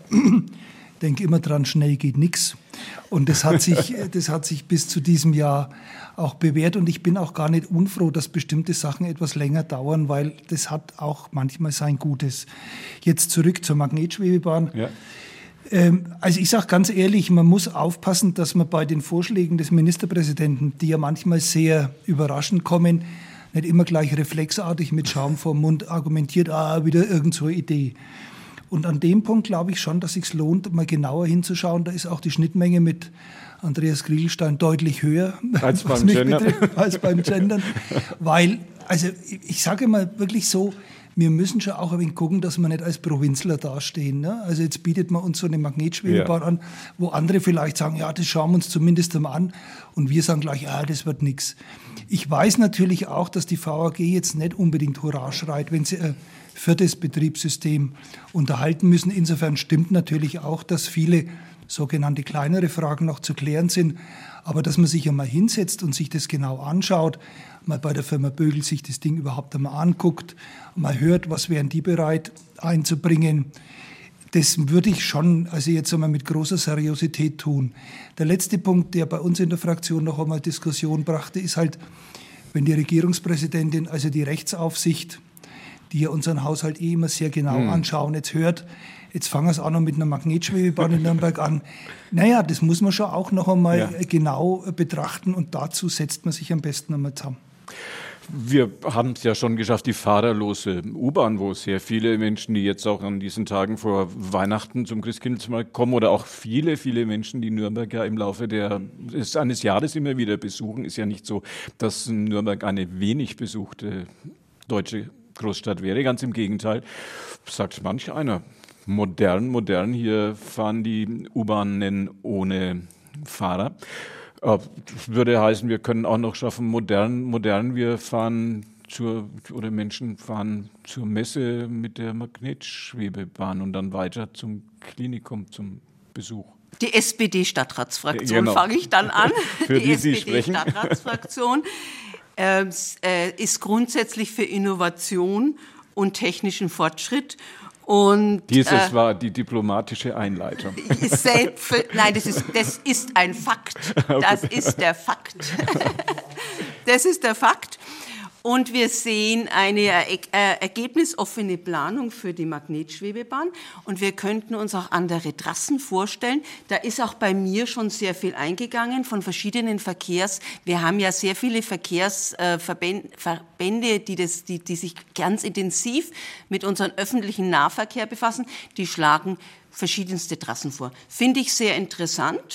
Denke immer dran, schnell geht nichts. Und das hat sich bis zu diesem Jahr auch bewährt. Und ich bin auch gar nicht unfroh, dass bestimmte Sachen etwas länger dauern, weil das hat auch manchmal sein Gutes. Jetzt zurück zur Magnetschwebebahn. Ja. Also ich sage ganz ehrlich, man muss aufpassen, dass man bei den Vorschlägen des Ministerpräsidenten, die ja manchmal sehr überraschend kommen, nicht immer gleich reflexartig mit Schaum vorm Mund argumentiert, wieder irgend so eine Idee. Und an dem Punkt glaube ich schon, dass es sich lohnt, mal genauer hinzuschauen. Da ist auch die Schnittmenge mit Andreas Griegelstein deutlich höher als beim Gendern. Weil, also ich sage mal wirklich so, wir müssen schon auch ein wenig gucken, dass wir nicht als Provinzler dastehen. Ne? Also jetzt bietet man uns so eine Magnetschwebebahn an, wo andere vielleicht sagen, ja, das schauen wir uns zumindest einmal an. Und wir sagen gleich, ja, das wird nichts. Ich weiß natürlich auch, dass die VAG jetzt nicht unbedingt Hurra schreit, wenn sie ein viertes Betriebssystem unterhalten müssen. Insofern stimmt natürlich auch, dass viele sogenannte kleinere Fragen noch zu klären sind. Aber dass man sich einmal hinsetzt und sich das genau anschaut, mal bei der Firma Bögl sich das Ding überhaupt einmal anguckt, mal hört, was wären die bereit einzubringen, das würde ich schon, also jetzt einmal mit großer Seriosität tun. Der letzte Punkt, der bei uns in der Fraktion noch einmal Diskussion brachte, ist halt, wenn die Regierungspräsidentin, also die Rechtsaufsicht, die ja unseren Haushalt immer sehr genau anschauen, jetzt hört, jetzt fangen wir es auch noch mit einer Magnetschwebebahn in Nürnberg an. Naja, das muss man schon auch noch einmal genau betrachten und dazu setzt man sich am besten einmal zusammen. Wir haben es ja schon geschafft, die fahrerlose U-Bahn, wo sehr viele Menschen, die jetzt auch an diesen Tagen vor Weihnachten zum Christkindlesmarkt kommen oder auch viele Menschen, die Nürnberg ja im Laufe eines Jahres immer wieder besuchen, ist ja nicht so, dass Nürnberg eine wenig besuchte deutsche Großstadt wäre. Ganz im Gegenteil, sagt manch einer. Modern, hier fahren die U-Bahnen ohne Fahrer. Das würde heißen, wir können auch noch schaffen, modern, wir fahren Menschen fahren zur Messe mit der Magnetschwebebahn und dann weiter zum Klinikum, zum Besuch. Die SPD-Stadtratsfraktion fange ich dann an. Für die Sie sprechen. Die SPD-Stadtratsfraktion ist grundsätzlich für Innovation und technischen Fortschritt. Und, dieses war die diplomatische Einleitung. Nein, das ist ein Fakt. Das ist der Fakt. Das ist der Fakt. Und wir sehen eine ergebnisoffene Planung für die Magnetschwebebahn. Und wir könnten uns auch andere Trassen vorstellen. Da ist auch bei mir schon sehr viel eingegangen von verschiedenen Wir haben ja sehr viele Verkehrsverbände, die sich ganz intensiv mit unserem öffentlichen Nahverkehr befassen. Die schlagen verschiedenste Trassen vor. Finde ich sehr interessant.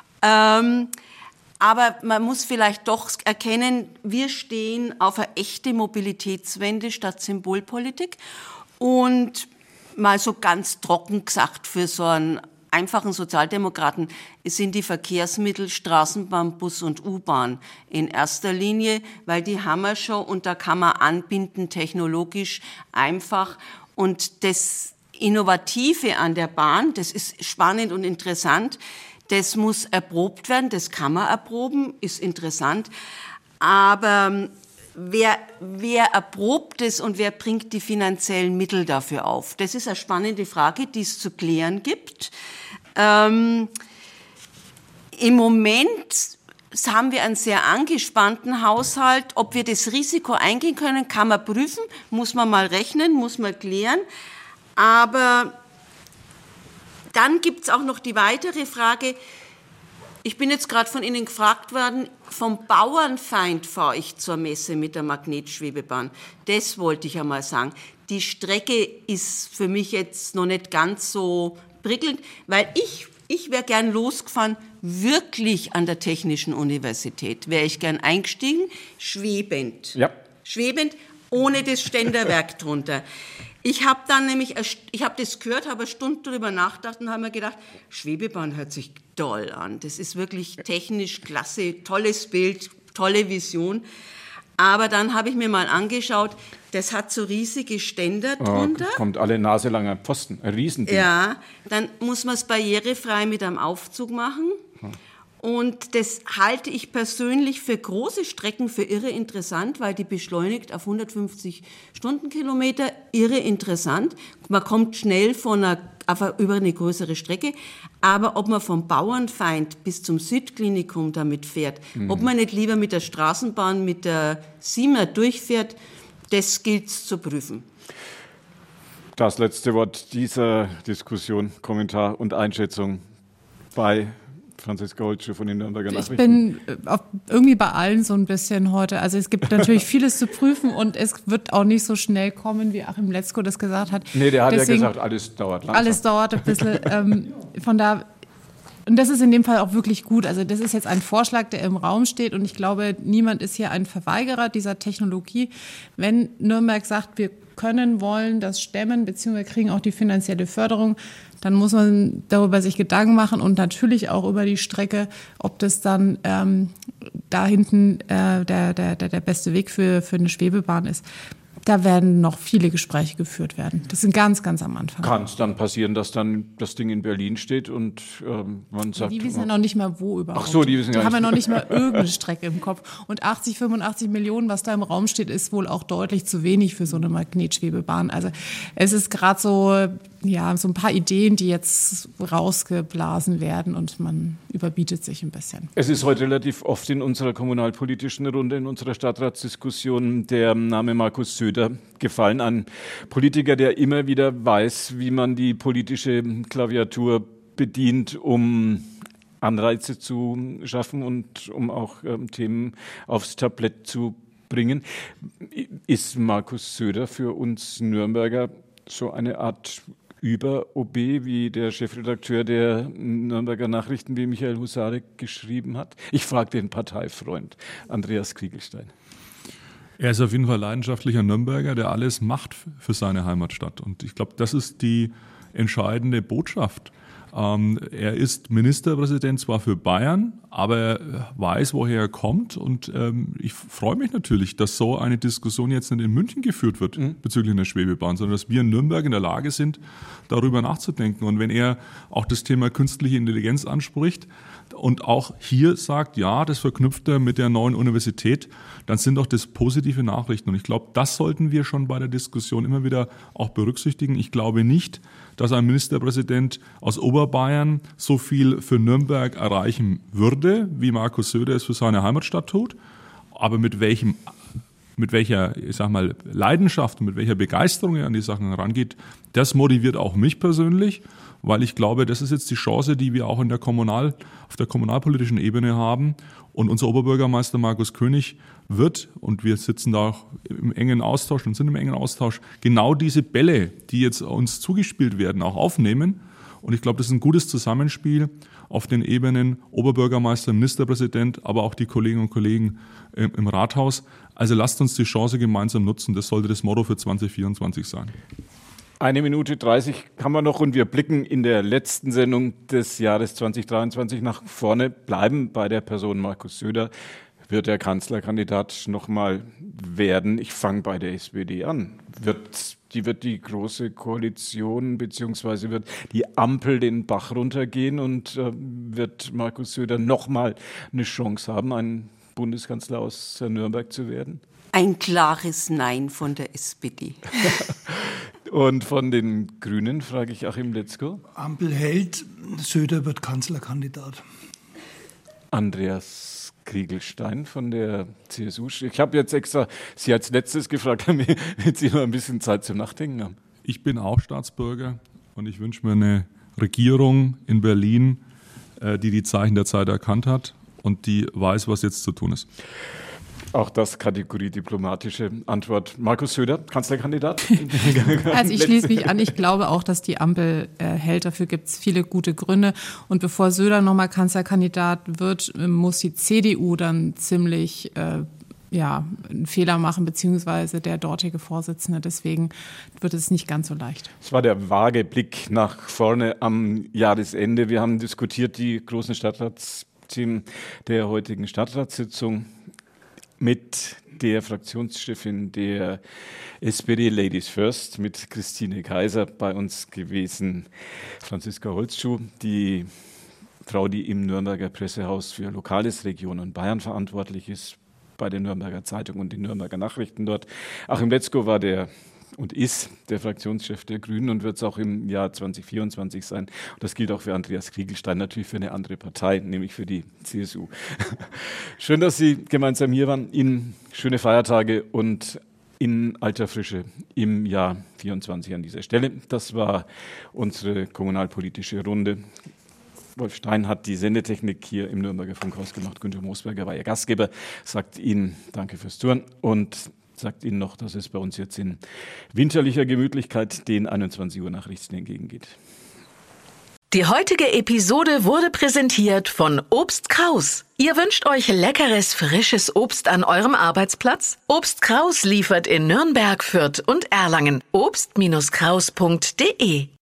Aber man muss vielleicht doch erkennen, wir stehen auf eine echte Mobilitätswende statt Symbolpolitik. Und mal so ganz trocken gesagt, für so einen einfachen Sozialdemokraten sind die Verkehrsmittel Straßenbahn, Bus und U-Bahn in erster Linie, weil die haben wir schon und da kann man anbinden, technologisch einfach. Und das Innovative an der Bahn, das ist spannend und interessant, das muss erprobt werden, das kann man erproben, ist interessant. Aber wer erprobt es und wer bringt die finanziellen Mittel dafür auf? Das ist eine spannende Frage, die es zu klären gibt. Im Moment haben wir einen sehr angespannten Haushalt. Ob wir das Risiko eingehen können, kann man prüfen, muss man mal rechnen, muss man klären. Aber dann gibt es auch noch die weitere Frage. Ich bin jetzt gerade von Ihnen gefragt worden, vom Bauernfeind fahre ich zur Messe mit der Magnetschwebebahn. Das wollte ich einmal sagen. Die Strecke ist für mich jetzt noch nicht ganz so prickelnd, weil ich wäre gern losgefahren, wirklich an der Technischen Universität. Wäre ich gern eingestiegen, schwebend. Ja. Schwebend, ohne das Ständerwerk drunter. Ich habe dann nämlich, ich habe das gehört, habe eine Stunde darüber nachgedacht und habe mir gedacht, Schwebebahn hört sich toll an. Das ist wirklich technisch klasse, tolles Bild, tolle Vision. Aber dann habe ich mir mal angeschaut, das hat so riesige Ständer drunter. Kommt alle Nase langer Pfosten, ein Riesending. Ja, dann muss man es barrierefrei mit einem Aufzug machen. Und das halte ich persönlich für große Strecken für irre interessant, weil die beschleunigt auf 150 Stundenkilometer, irre interessant. Man kommt schnell über eine größere Strecke. Aber ob man vom Bauernfeind bis zum Südklinikum damit fährt, ob man nicht lieber mit der Straßenbahn, mit der Siemer durchfährt, das gilt zu prüfen. Das letzte Wort dieser Diskussion, Kommentar und Einschätzung bei Franziska Holtscher von den Nürnberger Nachrichten. Ich bin irgendwie bei allen so ein bisschen heute. Also es gibt natürlich vieles zu prüfen und es wird auch nicht so schnell kommen, wie Achim Letzko das gesagt hat. Nee, der hat Deswegen, ja gesagt, alles dauert langsam. Alles dauert ein bisschen. Von da. Und das ist in dem Fall auch wirklich gut. Also das ist jetzt ein Vorschlag, der im Raum steht und ich glaube, niemand ist hier ein Verweigerer dieser Technologie. Wenn Nürnberg sagt, wir wollen das stemmen, beziehungsweise kriegen auch die finanzielle Förderung, dann muss man darüber sich Gedanken machen und natürlich auch über die Strecke, ob das dann da hinten der beste Weg für eine Schwebebahn ist. Da werden noch viele Gespräche geführt werden. Das sind ganz, ganz am Anfang. Kann es dann passieren, dass dann das Ding in Berlin steht und man sagt... Die wissen ja noch nicht mal, wo überhaupt. Ach so, die wissen gar nicht. Die haben ja noch nicht mal irgendeine Strecke im Kopf. Und 85 Millionen, was da im Raum steht, ist wohl auch deutlich zu wenig für so eine Magnetschwebebahn. Also es ist gerade so, ja, so ein paar Ideen, die jetzt rausgeblasen werden und man überbietet sich ein bisschen. Es ist heute relativ oft in unserer kommunalpolitischen Runde, in unserer Stadtratsdiskussion der Name Markus Söder gefallen, ein Politiker, der immer wieder weiß, wie man die politische Klaviatur bedient, um Anreize zu schaffen und um auch Themen aufs Tablett zu bringen. Ist Markus Söder für uns Nürnberger so eine Art Über-OB, wie der Chefredakteur der Nürnberger Nachrichten, wie Michael Husarek, geschrieben hat? Ich frage den Parteifreund Andreas Kriegelstein. Er ist auf jeden Fall leidenschaftlicher Nürnberger, der alles macht für seine Heimatstadt. Und ich glaube, das ist die entscheidende Botschaft. Er ist Ministerpräsident zwar für Bayern, aber er weiß, woher er kommt. Und ich freue mich natürlich, dass so eine Diskussion jetzt nicht in München geführt wird bezüglich einer Schwebebahn, sondern dass wir in Nürnberg in der Lage sind, darüber nachzudenken. Und wenn er auch das Thema künstliche Intelligenz anspricht und auch hier sagt, ja, das verknüpft er mit der neuen Universität, dann sind doch das positive Nachrichten. Und ich glaube, das sollten wir schon bei der Diskussion immer wieder auch berücksichtigen. Ich glaube nicht, dass ein Ministerpräsident aus Oberbayern so viel für Nürnberg erreichen würde, wie Markus Söder es für seine Heimatstadt tut. Aber mit welchem mit welcher, ich sag mal, Leidenschaft und mit welcher Begeisterung er an die Sachen herangeht, das motiviert auch mich persönlich, weil ich glaube, das ist jetzt die Chance, die wir auch auf der kommunalpolitischen Ebene haben. Und unser Oberbürgermeister Markus König wird, und wir sitzen da auch im engen Austausch und sind im engen Austausch, genau diese Bälle, die jetzt uns zugespielt werden, auch aufnehmen. Und ich glaube, das ist ein gutes Zusammenspiel auf den Ebenen Oberbürgermeister, Ministerpräsident, aber auch die Kolleginnen und Kollegen im Rathaus. Also lasst uns die Chance gemeinsam nutzen. Das sollte das Motto für 2024 sein. 1 Minute 30 haben wir noch und wir blicken in der letzten Sendung des Jahres 2023 nach vorne, bleiben bei der Person Markus Söder. Wird der Kanzlerkandidat nochmal werden? Ich fange bei der SPD an. Wird die Große Koalition beziehungsweise wird die Ampel den Bach runtergehen und wird Markus Söder nochmal eine Chance haben, ein Bundeskanzler aus Nürnberg zu werden? Ein klares Nein von der SPD. Und von den Grünen frage ich Achim Letzko. Ampel hält, Söder wird Kanzlerkandidat. Andreas Kriegelstein von der CSU. Ich habe jetzt extra Sie als letztes gefragt, damit Sie noch ein bisschen Zeit zum Nachdenken haben. Ich bin auch Staatsbürger und ich wünsche mir eine Regierung in Berlin, die Zeichen der Zeit erkannt hat und die weiß, was jetzt zu tun ist. Auch das Kategorie diplomatische Antwort. Markus Söder, Kanzlerkandidat? Also ich schließe mich an. Ich glaube auch, dass die Ampel hält. Dafür gibt es viele gute Gründe. Und bevor Söder nochmal Kanzlerkandidat wird, muss die CDU dann ziemlich einen Fehler machen, beziehungsweise der dortige Vorsitzende. Deswegen wird es nicht ganz so leicht. Es war der vage Blick nach vorne am Jahresende. Wir haben diskutiert die großen Stadtratsthemen der heutigen Stadtratssitzung mit der Fraktionschefin der SPD Ladies First, mit Christine Kaiser bei uns gewesen. Franziska Holzschuh, die Frau, die im Nürnberger Pressehaus für Lokales, Region und Bayern verantwortlich ist, bei der Nürnberger Zeitung und den Nürnberger Nachrichten dort. Achim Letzko war und ist der Fraktionschef der Grünen und wird es auch im Jahr 2024 sein. Und das gilt auch für Andreas Kriegelstein, natürlich für eine andere Partei, nämlich für die CSU. Schön, dass Sie gemeinsam hier waren. Ihnen schöne Feiertage und in alter Frische im Jahr 24 an dieser Stelle. Das war unsere kommunalpolitische Runde. Wolf Stein hat die Sendetechnik hier im Nürnberger Funkhaus gemacht. Günther Moosberger war Ihr Gastgeber, sagt Ihnen danke fürs Zuhören und sagt Ihnen noch, dass es bei uns jetzt in winterlicher Gemütlichkeit den 21 Uhr Nachrichten entgegengeht. Die heutige Episode wurde präsentiert von Obst Kraus. Ihr wünscht euch leckeres, frisches Obst an eurem Arbeitsplatz? Obst Kraus liefert in Nürnberg, Fürth und Erlangen. Obst-Kraus.de